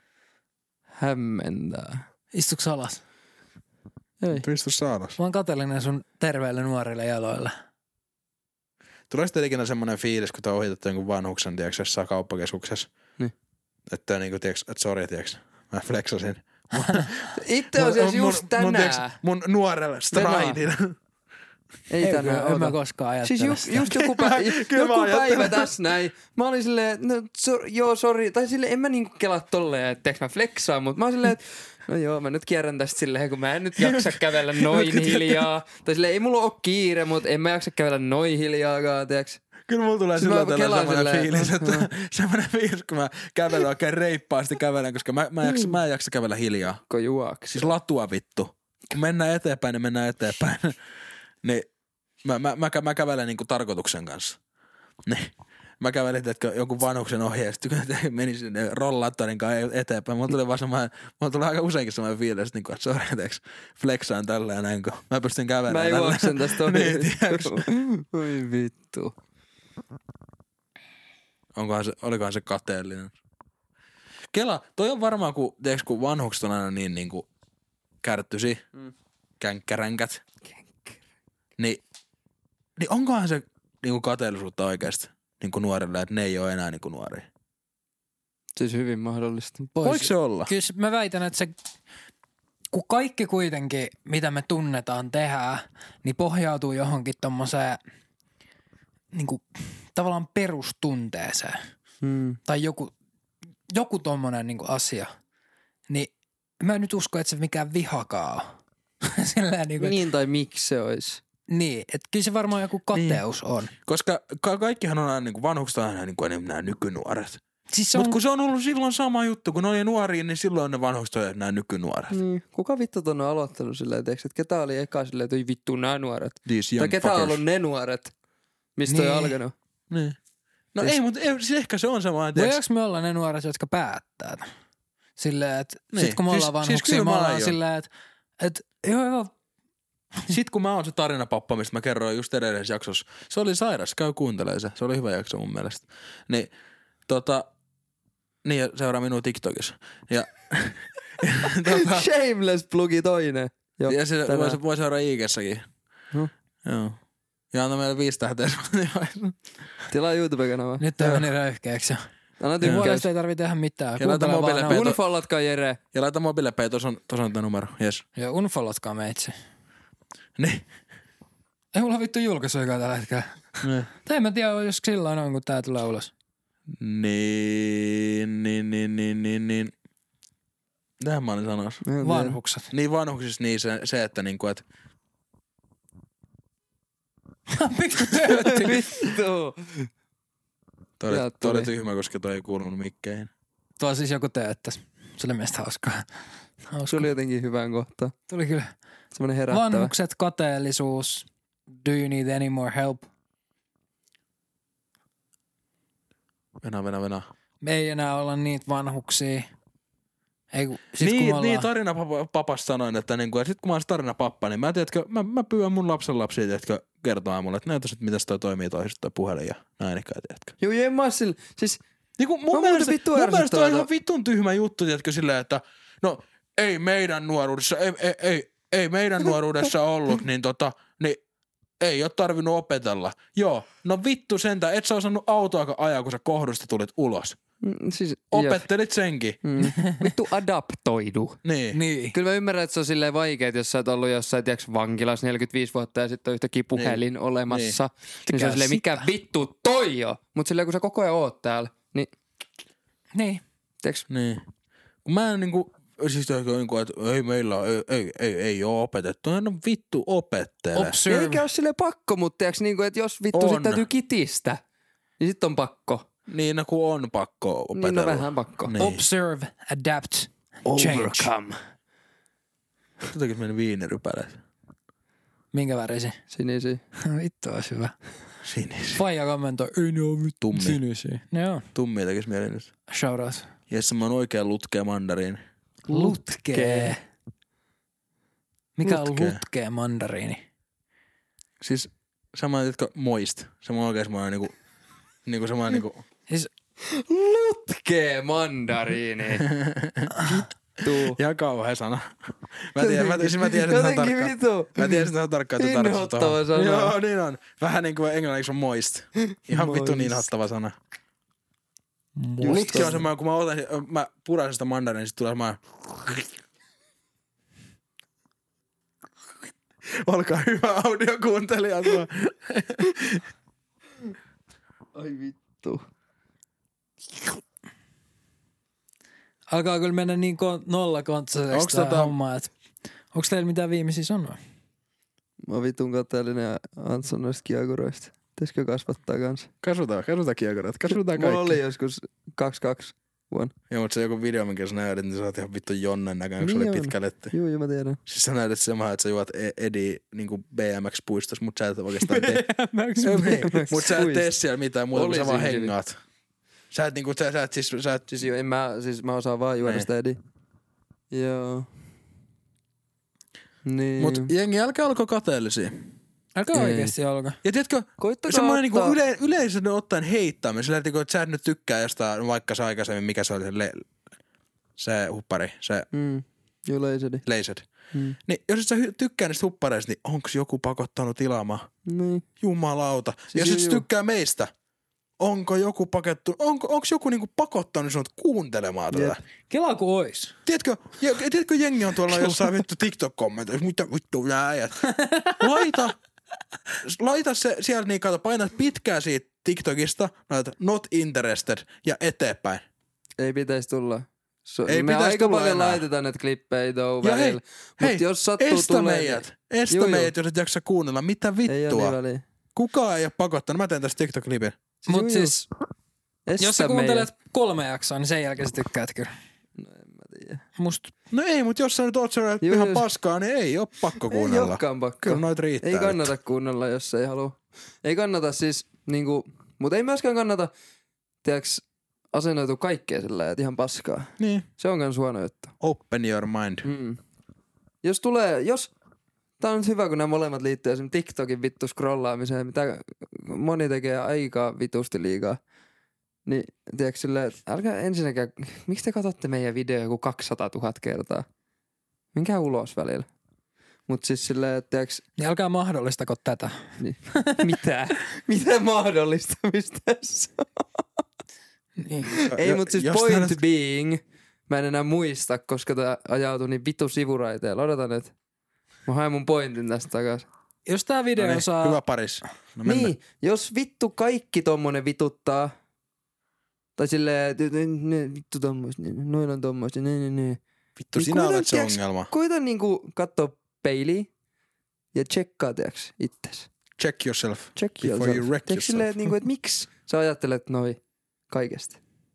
[SPEAKER 1] Hämmentää.
[SPEAKER 3] Istuks alas?
[SPEAKER 1] Ei.
[SPEAKER 2] Pistu saadas.
[SPEAKER 3] Mä oon kateellinen sun terveille nuorille jaloille.
[SPEAKER 2] Tulee sitten ikinä semmoinen fiilis, kun te ohitat jonkun vanhuksen, tiiäks, jossain kauppakeskuksessa.
[SPEAKER 1] Niin.
[SPEAKER 2] Että niinku, tiiäks, että sori, tiiäks. Mä flexasin.
[SPEAKER 1] Itse asiassa
[SPEAKER 2] Mun-
[SPEAKER 1] just
[SPEAKER 2] mun,
[SPEAKER 1] tänään.
[SPEAKER 2] Mun, tiiäks, mun nuorelle stridille.
[SPEAKER 1] Ei
[SPEAKER 3] Ei,
[SPEAKER 1] tänään,
[SPEAKER 3] kyllä, en
[SPEAKER 1] oota.
[SPEAKER 3] mä koskaan ajattele
[SPEAKER 1] Siis ju,
[SPEAKER 3] sitä.
[SPEAKER 1] just joku,
[SPEAKER 2] Kyllä
[SPEAKER 1] pä-
[SPEAKER 2] mä- kyllä mä
[SPEAKER 1] joku
[SPEAKER 2] ajattelen.
[SPEAKER 1] päivä tässä näin. Mä olin silleen, no so, joo sori, tai silleen en mä niinku kelaa tolleen, että teeks mä flexaan, mutta mä olin silleen, että no joo mä nyt kierrän tästä silleen, kun mä en nyt jaksa kävellä noin hiljaa. Tai silleen ei mulla oo kiire, mutta en mä jaksa kävellä noin hiljaakaan, tiiäks.
[SPEAKER 2] Kyllä mulla tulee
[SPEAKER 1] Siis
[SPEAKER 2] sillä
[SPEAKER 1] mä
[SPEAKER 2] tavalla
[SPEAKER 1] kelaan
[SPEAKER 2] semmoinen
[SPEAKER 1] silleen,
[SPEAKER 2] fiilis, että
[SPEAKER 1] joo.
[SPEAKER 2] semmoinen fiilis, kun mä kävelen oikein reippaasti kävelen, koska mä, mä, en jaksa, mä en jaksa kävellä hiljaa.
[SPEAKER 1] Ko juoksi.
[SPEAKER 2] Siis latua vittu. Kun mennään eteenpäin, niin mennään eteenpäin. niin mä, mä, mä, mä kävelen niinku tarkoituksen kanssa. Niin. Mä kävelin, että jonkun vanhuksen ohi ja sitten kun menin sinne rollaattorin kanssa eteenpäin. Mulla tuli vaan semmoinen, mulla tuli aika useinkin semmoinen fiilis, että, niinku, että sori, että flexaan tällä ja näin, kun mä pystyn kävelemään.
[SPEAKER 1] Mä juoksen tästä ohi.
[SPEAKER 2] Niin, tiiäks.
[SPEAKER 1] Oi vittu.
[SPEAKER 2] Onkohan se, olikohan se kateellinen? Kela, toi on varmaan, kun, tiiäks, kun vanhukset on aina niin niinku kärttysi,
[SPEAKER 1] Mm.
[SPEAKER 2] känkkäränkät. Niin, niin onkohan se niinku kateellisuutta oikeasti niinku nuorille, että ne ei ole enää niinku nuoria?
[SPEAKER 1] Siis hyvin mahdollista.
[SPEAKER 3] Pois.
[SPEAKER 2] Voiko se olla?
[SPEAKER 3] Kyllä mä väitän, että se, kun kaikki kuitenkin, mitä me tunnetaan tehdään, niin pohjautuu johonkin tommoseen niin kuin, tavallaan perustunteeseen.
[SPEAKER 1] Hmm.
[SPEAKER 3] Tai joku, joku tommonen niin kuin asia. Niin mä en nyt usko, että se mikään vihakaan on. Silleen, niin, kuin,
[SPEAKER 1] Niin tai miksi se olisi?
[SPEAKER 3] niin, että kyllä se varmaan joku kateus niin on.
[SPEAKER 2] Koska ka- kaikkihan on aina, niin kuin vanhukset on aina niin kuin enemmän nämä nykynuoret.
[SPEAKER 3] Siis se
[SPEAKER 2] Mutta
[SPEAKER 3] on,
[SPEAKER 2] kun se on ollut silloin sama juttu, kun ne oli nuoria, niin silloin ne vanhukset on nämä nykynuoret.
[SPEAKER 1] Niin. Kuka vittu ton on aloittanut silleen, teeksi, että ketä oli eka silleen, että ei vittu nää nuoret?
[SPEAKER 2] These
[SPEAKER 1] Tai
[SPEAKER 2] young
[SPEAKER 1] ketä on
[SPEAKER 2] fuckers.
[SPEAKER 1] ollut ne nuoret? Mistä
[SPEAKER 3] Niin.
[SPEAKER 1] on alkanut?
[SPEAKER 2] Niin. No
[SPEAKER 1] Siis-
[SPEAKER 2] ei, mutta ei, siis ehkä se on sama.
[SPEAKER 3] voidaanko me olla ne nuoret, jotka päättää? Silleen, että
[SPEAKER 2] Niin.
[SPEAKER 3] sit kun me
[SPEAKER 2] Siis-
[SPEAKER 3] ollaan
[SPEAKER 2] siis
[SPEAKER 3] vanhuksia,
[SPEAKER 2] kyllä
[SPEAKER 3] me
[SPEAKER 2] mä
[SPEAKER 3] ollaan
[SPEAKER 2] aion.
[SPEAKER 3] silleen, että et, joo joo,
[SPEAKER 2] Sitten kun mä oon se tarinapappa, mistä mä kerroin just edellisessä jaksossa, se oli sairas, käy kuuntelemaan se. Se oli hyvä jakso mun mielestä. Niin, tota, niin ja seuraa minua TikTokissa. Ja, tota,
[SPEAKER 1] Shameless plugi toinen. Jo,
[SPEAKER 2] ja se
[SPEAKER 1] tänään.
[SPEAKER 2] voi, voi seuraa I G-säkin.
[SPEAKER 1] Hmm.
[SPEAKER 2] Joo. Ja anna meille viisi tähteä.
[SPEAKER 1] Tilaa YouTube-kanava.
[SPEAKER 3] nyt on niin röyhkeäksi.
[SPEAKER 1] Anna
[SPEAKER 3] Puolesta
[SPEAKER 1] tykkäys.
[SPEAKER 3] ei tarvitse tehdä mitään.
[SPEAKER 2] Ja laita
[SPEAKER 3] Kuuntele vaan
[SPEAKER 2] mobiilepeito.
[SPEAKER 3] ne-
[SPEAKER 1] Unfollatkaa Jere.
[SPEAKER 2] Ja laita mobiilepei, tuossa on, tuossa on tämä numero. Yes.
[SPEAKER 3] Ja unfollotkaa meitsi.
[SPEAKER 2] Niin.
[SPEAKER 3] Ei mulla vittu julkaisuikaan tällä hetkellä.
[SPEAKER 2] Niin.
[SPEAKER 3] Tai en mä tiedä, jos silloin on, kun tää tulee ulos.
[SPEAKER 2] Niin, niin, niin, niin, niin, niin. Tähän mä olin sanossa.
[SPEAKER 1] Mä en tiedä.
[SPEAKER 3] Vanhukset.
[SPEAKER 2] Niin vanhuksissa niin se, se että niinku, et
[SPEAKER 3] Pikku töötti.
[SPEAKER 1] Vittu.
[SPEAKER 2] toi oli,
[SPEAKER 1] Sieltä
[SPEAKER 2] toi oli
[SPEAKER 1] tuli.
[SPEAKER 2] tyhmä, koska toi ei kuulunut mikkeihin.
[SPEAKER 3] Tuo siis joku tööttäs. Se oli mielestäni hauskaa.
[SPEAKER 1] Se
[SPEAKER 3] Hauska.
[SPEAKER 1] oli jotenkin hyvään kohtaan.
[SPEAKER 3] Tuli kyllä.
[SPEAKER 1] Semmoinen herättävä.
[SPEAKER 3] Vanhukset, kateellisuus. Do you need any more help?
[SPEAKER 2] Venä, venä, venä.
[SPEAKER 3] Me ei enää olla niitä vanhuksia. Ei, kun, sit kun
[SPEAKER 2] Niin,
[SPEAKER 3] me
[SPEAKER 2] niin
[SPEAKER 3] ollaan,
[SPEAKER 2] tarinapapasta sanoin, että niinku, sit kun mä oon se tarinapappa, niin mä, tiedätkö, mä, mä pyydän mun lapsen lapsia, tiedätkö, kertomaan mulle, että näytäs, että mitäs toi toimii toisesta toi puhelin ja näin ikään, tiedätkö.
[SPEAKER 1] Joo, en mä oon sillä, siis
[SPEAKER 2] Niin kun
[SPEAKER 1] Mä
[SPEAKER 2] mun,
[SPEAKER 1] muuten
[SPEAKER 2] mielestä,
[SPEAKER 1] vittu
[SPEAKER 2] mun mielestä
[SPEAKER 1] ärsyttää
[SPEAKER 2] toi on
[SPEAKER 1] tota-
[SPEAKER 2] ihan vittun tyhmä juttu, tiedätkö, silleen, että no ei meidän nuoruudessa, ei, ei, ei, ei meidän nuoruudessa ollut, niin tota, niin ei ole tarvinnut opetella. Joo, no vittu sentään, et sä osannut autoa ajaa, kun sä kohdusta tulit ulos.
[SPEAKER 1] mm, siis, jep.
[SPEAKER 2] Opettelit senkin.
[SPEAKER 1] Mm. Vittu adaptoidu.
[SPEAKER 2] Niin.
[SPEAKER 3] niin.
[SPEAKER 1] Kyllä mä ymmärrän, että se on silleen vaikeet, jos sä oot ollut jossain, tiiäks, vankilassa neljäkymmentäviisi vuotta ja sitten on yhtäkkiä puhelin niin. olemassa. Niin, niin se on silleen, mikä vittu toi on? Mut silleen, kun sä koko ajan oot täällä, niin
[SPEAKER 3] Niin.
[SPEAKER 1] tiiäks,
[SPEAKER 2] Niin. Kun mä en niinku, siis niinku, että ei meillä, ei, ei, ei, ei oo opetettu. No vittu opettele.
[SPEAKER 3] Observe.
[SPEAKER 1] eikä oo silleen pakko, mutta tiiäks, niinku, että jos vittu
[SPEAKER 2] On.
[SPEAKER 1] sit täytyy kitistä, niin sit on pakko.
[SPEAKER 2] Niin, no kun on pakko opetella.
[SPEAKER 1] Niin no vähän pakko.
[SPEAKER 2] Niin.
[SPEAKER 3] Observe, adapt, change.
[SPEAKER 1] Overcome.
[SPEAKER 2] Jotenkin meni viinirypäleet.
[SPEAKER 3] Minkä värisi?
[SPEAKER 1] Sinisiä.
[SPEAKER 3] Vittu olisi hyvä.
[SPEAKER 2] Sinisiä.
[SPEAKER 3] Faija kommentoi, ei ne on vittu
[SPEAKER 2] Tummi.
[SPEAKER 3] sinisiä. Ne on.
[SPEAKER 2] Tummia tekis mieli nyt.
[SPEAKER 3] Shout out.
[SPEAKER 2] Jes, mä oon oikein lutkea mandariini.
[SPEAKER 3] Lutkee. Mikä
[SPEAKER 2] Lutkee.
[SPEAKER 3] on lutkee mandariini?
[SPEAKER 2] Siis semmoinen, jotka moist. Semmoinen oikein semmoinen niinku, niinku semmoinen niinku,
[SPEAKER 3] Siis
[SPEAKER 1] Lutkee mandariini. Vittu.
[SPEAKER 2] ihan kauhea sana. Mä tiedän, mä, siis mä tiesin ihan
[SPEAKER 1] Jotenkin
[SPEAKER 2] tarkkaan.
[SPEAKER 1] vittu.
[SPEAKER 2] Mä tiesin ihan tarkkaan, että tarkoittaa
[SPEAKER 1] Inhottava
[SPEAKER 2] tohon.
[SPEAKER 1] sana.
[SPEAKER 2] Joo, niin on. Vähän niin kuin englanniksi on moist. Ihan
[SPEAKER 1] Moist.
[SPEAKER 2] vittu niin inhottava sana. Lutki on semmoinen, kun mä otan, mä purasen sitä mandariin, niin sit tulee semmoinen. Olkaa hyvä audiokuuntelija.
[SPEAKER 1] Ai vittu.
[SPEAKER 3] alkaa kyllä mennä niin ko- nollakontsaiseksi
[SPEAKER 2] Onks
[SPEAKER 3] tää
[SPEAKER 2] tota-
[SPEAKER 3] homma, että onks teillä mitään viimeisiä sanoa?
[SPEAKER 1] Mä vitun kateellinen Antson noista kiekuroista. Pitäisikö kasvattaa kanssa?
[SPEAKER 2] Kasvataan, kasvataan kiekorat, kasvataan
[SPEAKER 1] Mulla
[SPEAKER 2] kaikki.
[SPEAKER 1] oli joskus kaksi kaksi vuonna.
[SPEAKER 2] Joo, mutta se joku video, minkä sä näytit, niin sä oot ihan vittu jonnen näköinen, kun se
[SPEAKER 1] Niin
[SPEAKER 2] oli
[SPEAKER 1] on.
[SPEAKER 2] pitkä letti.
[SPEAKER 1] Juu, juu, mä tiedän.
[SPEAKER 2] Siis sä näytit semmoinen, että sä juot E- Edi niinku B M X-puistossa, mutta sä et oikeastaan tee. Mutta sä et tee siellä mitään muuta, kun sä vaan
[SPEAKER 1] Olisi
[SPEAKER 2] hengaat. Sä et niinku, sä, sä et siis, sä et
[SPEAKER 1] Siis joo, en mä, siis mä osaan vaan juoda
[SPEAKER 2] Niin.
[SPEAKER 1] sitä edi. Joo. Niin.
[SPEAKER 2] Mut jengi, älkää olko kateellisia.
[SPEAKER 3] Älkää
[SPEAKER 1] Ei.
[SPEAKER 3] oikeesti olko.
[SPEAKER 2] Ja tiedätkö,
[SPEAKER 1] Koittakaa
[SPEAKER 2] semmoinen niinku
[SPEAKER 1] ottaa-
[SPEAKER 2] yle, yleisön ottaen heittäminen, sillä että sä et nyt tykkää jostain, vaikka se aikaisemmin, mikä se oli se, le, se huppari, se
[SPEAKER 1] Mm. Joo, leisedi.
[SPEAKER 2] Lasered.
[SPEAKER 1] Mm.
[SPEAKER 2] Niin jos et sä hy- tykkää niistä huppareista, niin onks joku pakottanut tilaamaan?
[SPEAKER 1] Niin.
[SPEAKER 2] Jumalauta.
[SPEAKER 1] Siis
[SPEAKER 2] Jos et
[SPEAKER 1] juu,
[SPEAKER 2] sä
[SPEAKER 1] juu.
[SPEAKER 2] tykkää meistä, onko joku pakettu, onko, onko joku niinku pakottanut sinut kuuntelemaan tätä?
[SPEAKER 1] Jep.
[SPEAKER 3] Kela kun ois.
[SPEAKER 2] Tiedätkö, je, tiedätkö jengi on tuolla jossain vittu TikTok-kommentoissa, mitä vittu nää äijät. Laita, laita se siellä niin kato, painat pitkää siitä TikTokista, laita not interested ja eteenpäin.
[SPEAKER 1] Ei pitäisi tulla. So,
[SPEAKER 2] Ei
[SPEAKER 1] me
[SPEAKER 2] pitäisi
[SPEAKER 1] aika
[SPEAKER 2] tulla
[SPEAKER 1] paljon
[SPEAKER 2] enää.
[SPEAKER 1] laitetaan näitä klippejä tuohon
[SPEAKER 2] Ja hei,
[SPEAKER 1] välillä.
[SPEAKER 2] hei,
[SPEAKER 1] Mut jos sattuu
[SPEAKER 2] estä
[SPEAKER 1] tulee,
[SPEAKER 2] meidät, estä
[SPEAKER 1] Juu, juu.
[SPEAKER 2] meidät, jos et jaksa kuunnella. Mitä
[SPEAKER 1] Niin, ei ole
[SPEAKER 2] vittua?
[SPEAKER 1] niin väliä.
[SPEAKER 2] Kukaan ei ole pakottanut. Mä teen tästä TikTok-klipin.
[SPEAKER 3] Mut
[SPEAKER 1] juu,
[SPEAKER 3] siis,
[SPEAKER 1] Estä
[SPEAKER 3] jos sä
[SPEAKER 1] meidät.
[SPEAKER 3] kuuntelet kolme jaksoa, niin sen jälkeen sä tykkäät kyllä.
[SPEAKER 1] No en mä tiedä.
[SPEAKER 3] Must
[SPEAKER 2] No ei, mutta jos sä nyt oot sellainen
[SPEAKER 1] Juu,
[SPEAKER 2] ihan
[SPEAKER 1] juu.
[SPEAKER 2] paskaa, niin ei oo pakko
[SPEAKER 1] Ei
[SPEAKER 2] kuunnella.
[SPEAKER 1] olekaan pakko.
[SPEAKER 2] Kyllä noit riittää.
[SPEAKER 1] Ei kannata
[SPEAKER 2] nyt.
[SPEAKER 1] kuunnella, jos ei halua. Ei kannata siis niinku, mutta ei myöskään kannata, tiedäks, asennoitu kaikkea sillä että ihan paskaa.
[SPEAKER 2] Niin.
[SPEAKER 1] Se on kans huono juttu.
[SPEAKER 2] Open your mind.
[SPEAKER 1] Mm. Jos tulee, jos, tää on nyt hyvä, kun nämä molemmat liittyy esimerkiksi TikTokin vittu scrollaamiseen, mitä moni tekee aikaa vitusti liikaa. Niin, tiedätkö silleen, että älkää ensinnäkään, miksi te katsotte meidän videoja joku kaksisataatuhatta kertaa? Minkää ulos välillä. Mut siis silleen, että tiedätkö,
[SPEAKER 3] niin älkää mahdollistako tätä.
[SPEAKER 1] niin, mitä? Mitä mahdollistamista tässä on?
[SPEAKER 3] Niin.
[SPEAKER 1] Ei,
[SPEAKER 2] Jo-
[SPEAKER 1] mut siis
[SPEAKER 2] jos
[SPEAKER 1] point
[SPEAKER 2] tää nyt-
[SPEAKER 1] being, mä en enää muista, koska tää ajautui niin vitu sivuraiteella. Odotan, että mä haen mun pointin tästä takas.
[SPEAKER 3] Jos tää video
[SPEAKER 2] No niin,
[SPEAKER 3] saa...
[SPEAKER 2] hyvä paris. No mennään.
[SPEAKER 1] Niin, jos vittu kaikki tommonen vituttaa, tai silleen, että ne, ne, vittu tommoista, ne, noilla on tommoista, ne, ne, ne.
[SPEAKER 2] Vittu,
[SPEAKER 1] Niin
[SPEAKER 2] sinä
[SPEAKER 1] koitan,
[SPEAKER 2] olet se
[SPEAKER 1] tiiäks,
[SPEAKER 2] ongelma.
[SPEAKER 1] Koita niinku katsoa peiliin ja tsekkaa, tiiäks, itses.
[SPEAKER 2] Check yourself.
[SPEAKER 1] Check
[SPEAKER 2] Before
[SPEAKER 1] yourself.
[SPEAKER 2] you wreck
[SPEAKER 1] Tiiäks silleen,
[SPEAKER 2] yourself.
[SPEAKER 1] että niinku, et miksi sä ajattelet noi kaikesta?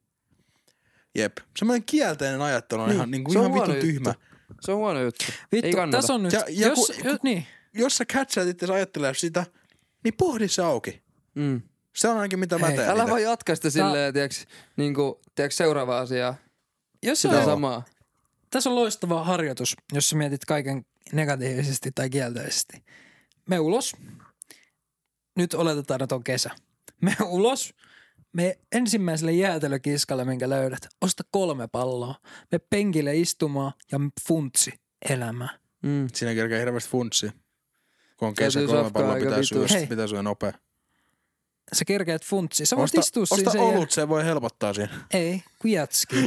[SPEAKER 2] Jep. Semmoinen kielteinen ajattelu on
[SPEAKER 1] Niin,
[SPEAKER 2] ihan, niinku
[SPEAKER 1] se on
[SPEAKER 2] ihan
[SPEAKER 1] huono
[SPEAKER 2] vitun
[SPEAKER 1] juttu.
[SPEAKER 2] tyhmä.
[SPEAKER 1] Se on huono juttu. Ei
[SPEAKER 3] Vittu,
[SPEAKER 1] kannata.
[SPEAKER 3] tässä on nyt...
[SPEAKER 2] Ja- ja
[SPEAKER 3] jos,
[SPEAKER 2] ku-
[SPEAKER 3] jos, niin.
[SPEAKER 2] Jos sä catchaat itse ajattelee sitä, niin pohdi se auki.
[SPEAKER 1] Mm.
[SPEAKER 2] Se on ainakin mitä mä
[SPEAKER 3] Hei,
[SPEAKER 2] teen.
[SPEAKER 1] Älä
[SPEAKER 2] itse.
[SPEAKER 1] vaan jatka sitä silleen, tiiäks, niinku, tiiäks seuraava asiaa.
[SPEAKER 3] Jos
[SPEAKER 1] Sitä
[SPEAKER 3] on,
[SPEAKER 1] samaa.
[SPEAKER 3] tässä on loistava harjoitus, jos sä mietit kaiken negatiivisesti tai kielteisesti. Me ulos. Nyt oletetaan, että on kesä. Me ulos. Me ensimmäiselle jäätelökiskalle, minkä löydät, osta kolme palloa. Me penkille istumaan ja funtsi elämää.
[SPEAKER 1] Mm.
[SPEAKER 2] Siinä kerkeä hirveästi funtsia. Kun on kesä,
[SPEAKER 1] Täytyy
[SPEAKER 2] kolme
[SPEAKER 1] safkaa
[SPEAKER 2] palloa
[SPEAKER 1] aika
[SPEAKER 2] pitää
[SPEAKER 1] vitusti.
[SPEAKER 2] syödä,
[SPEAKER 3] Hei.
[SPEAKER 2] sit pitää syödä nopea.
[SPEAKER 3] Sä kerkeät funtsi. Sä voit
[SPEAKER 2] Osta,
[SPEAKER 3] istua
[SPEAKER 2] osta
[SPEAKER 3] siinä sen
[SPEAKER 2] olut, se voi helpottaa siinä.
[SPEAKER 3] jäl- Ei, kun jatski.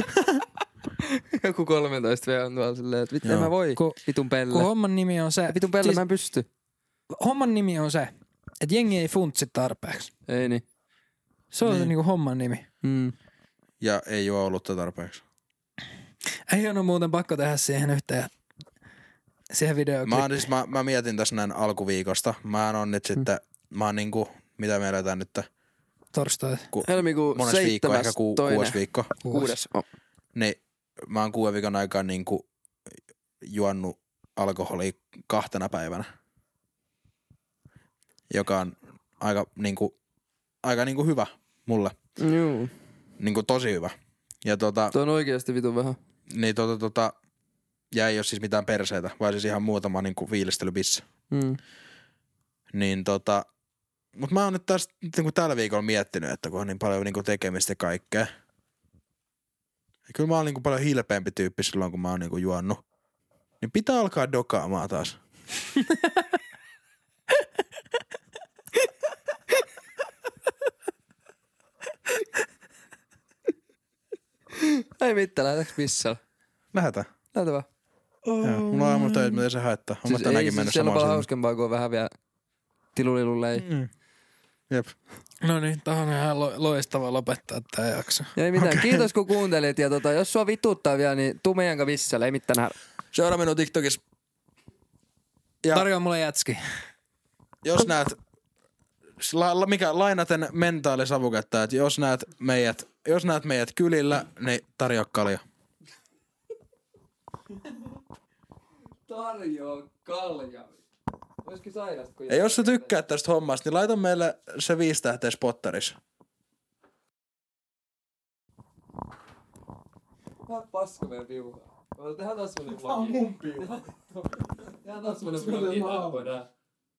[SPEAKER 1] Joku kolmetoista V on tuolla silleen, että vittu en
[SPEAKER 2] Joo.
[SPEAKER 1] mä voi.
[SPEAKER 3] Kun-
[SPEAKER 1] Vitun pelle.
[SPEAKER 3] Kun homman nimi on se...
[SPEAKER 1] Vitun pelle
[SPEAKER 3] siis
[SPEAKER 1] mä en pysty.
[SPEAKER 3] homman nimi on se, että jengi ei funtsi tarpeeksi.
[SPEAKER 1] Ei niin.
[SPEAKER 3] Se on
[SPEAKER 2] Niin.
[SPEAKER 3] se niinku homman nimi.
[SPEAKER 1] Mm.
[SPEAKER 2] Ja ei juo olutta tarpeeksi.
[SPEAKER 3] Ei ole muuten pakko tehdä siihen yhteen, siihen videoon.
[SPEAKER 2] Mä, oon siis, mä, mä mietin tässä näin alkuviikosta. Mä on nyt sitten, mä oon niinku, mitä me eletään nyt,
[SPEAKER 3] Torstai.
[SPEAKER 2] ku,
[SPEAKER 1] Helmikuun
[SPEAKER 2] mones viikko, ehkä ku,
[SPEAKER 1] toinen.
[SPEAKER 2] kuudes viikko.
[SPEAKER 1] Kuudes. Oh.
[SPEAKER 2] Niin mä oon kuuden viikon aikaan niinku juonut alkoholia kahtena päivänä. Joka on aika niinku, aika niinku hyvä mulle.
[SPEAKER 1] Juu.
[SPEAKER 2] Niinku tosi hyvä. Ja tota,
[SPEAKER 1] Tuo on oikeesti vitun vähän.
[SPEAKER 2] niin tota tota, ja ei oo siis mitään perseitä, vaan siis ihan muutama niinku fiilistelypissa.
[SPEAKER 1] Mm.
[SPEAKER 2] Niin tota, mut mä oon nyt taas niinku tällä viikolla miettinyt, että kun on niin paljon niinku tekemistä ja kaikkea. Ja kyllä mä oon niinku paljon hilpeämpi tyyppi silloin, kun mä oon niinku juonut. Niin pitää alkaa dokaamaan taas.
[SPEAKER 1] Ei mitään, lähdetäänkö missään?
[SPEAKER 2] Lähetään.
[SPEAKER 1] Lähdetään vaan.
[SPEAKER 2] Joo, mulla on aamulla töitä, mitä se haittaa. On
[SPEAKER 1] Siis
[SPEAKER 2] mä tänäänkin
[SPEAKER 1] ei, siis
[SPEAKER 2] mennyt
[SPEAKER 1] siellä on
[SPEAKER 2] samaan
[SPEAKER 1] paljon
[SPEAKER 2] sinne.
[SPEAKER 1] hauskempaa, kun on vähän vielä tilulilulei.
[SPEAKER 2] Mm. Jep.
[SPEAKER 3] No niin, tähän on ihan lo- loistava lopettaa tää jakso.
[SPEAKER 1] Ja ei mitään.
[SPEAKER 2] Okei.
[SPEAKER 1] Okay. Kiitos kun kuuntelit. Ja tota, jos sua vituttaa vielä, niin tuu meidän kanssa vissälle. Ei mitään nähdä.
[SPEAKER 2] Seuraa minun TikTokissa. Ja
[SPEAKER 3] Tarjoa mulle jätski.
[SPEAKER 2] jos näet, la, la, mikä, lainaten mentaalisavuketta, että jos näet meidät, jos näet meidät kylillä, niin tarjoa kalja.
[SPEAKER 1] Tarjoa kalja. Olisiko sairasta, kun
[SPEAKER 2] Ja jos sä tykkäät tästä hommasta, niin laita meille se viisi tähteä spotterissa.
[SPEAKER 1] Vähän paska meidän piuhaa. Tehdään taas semmonen vloggi. Tehdään taas semmonen vloggi.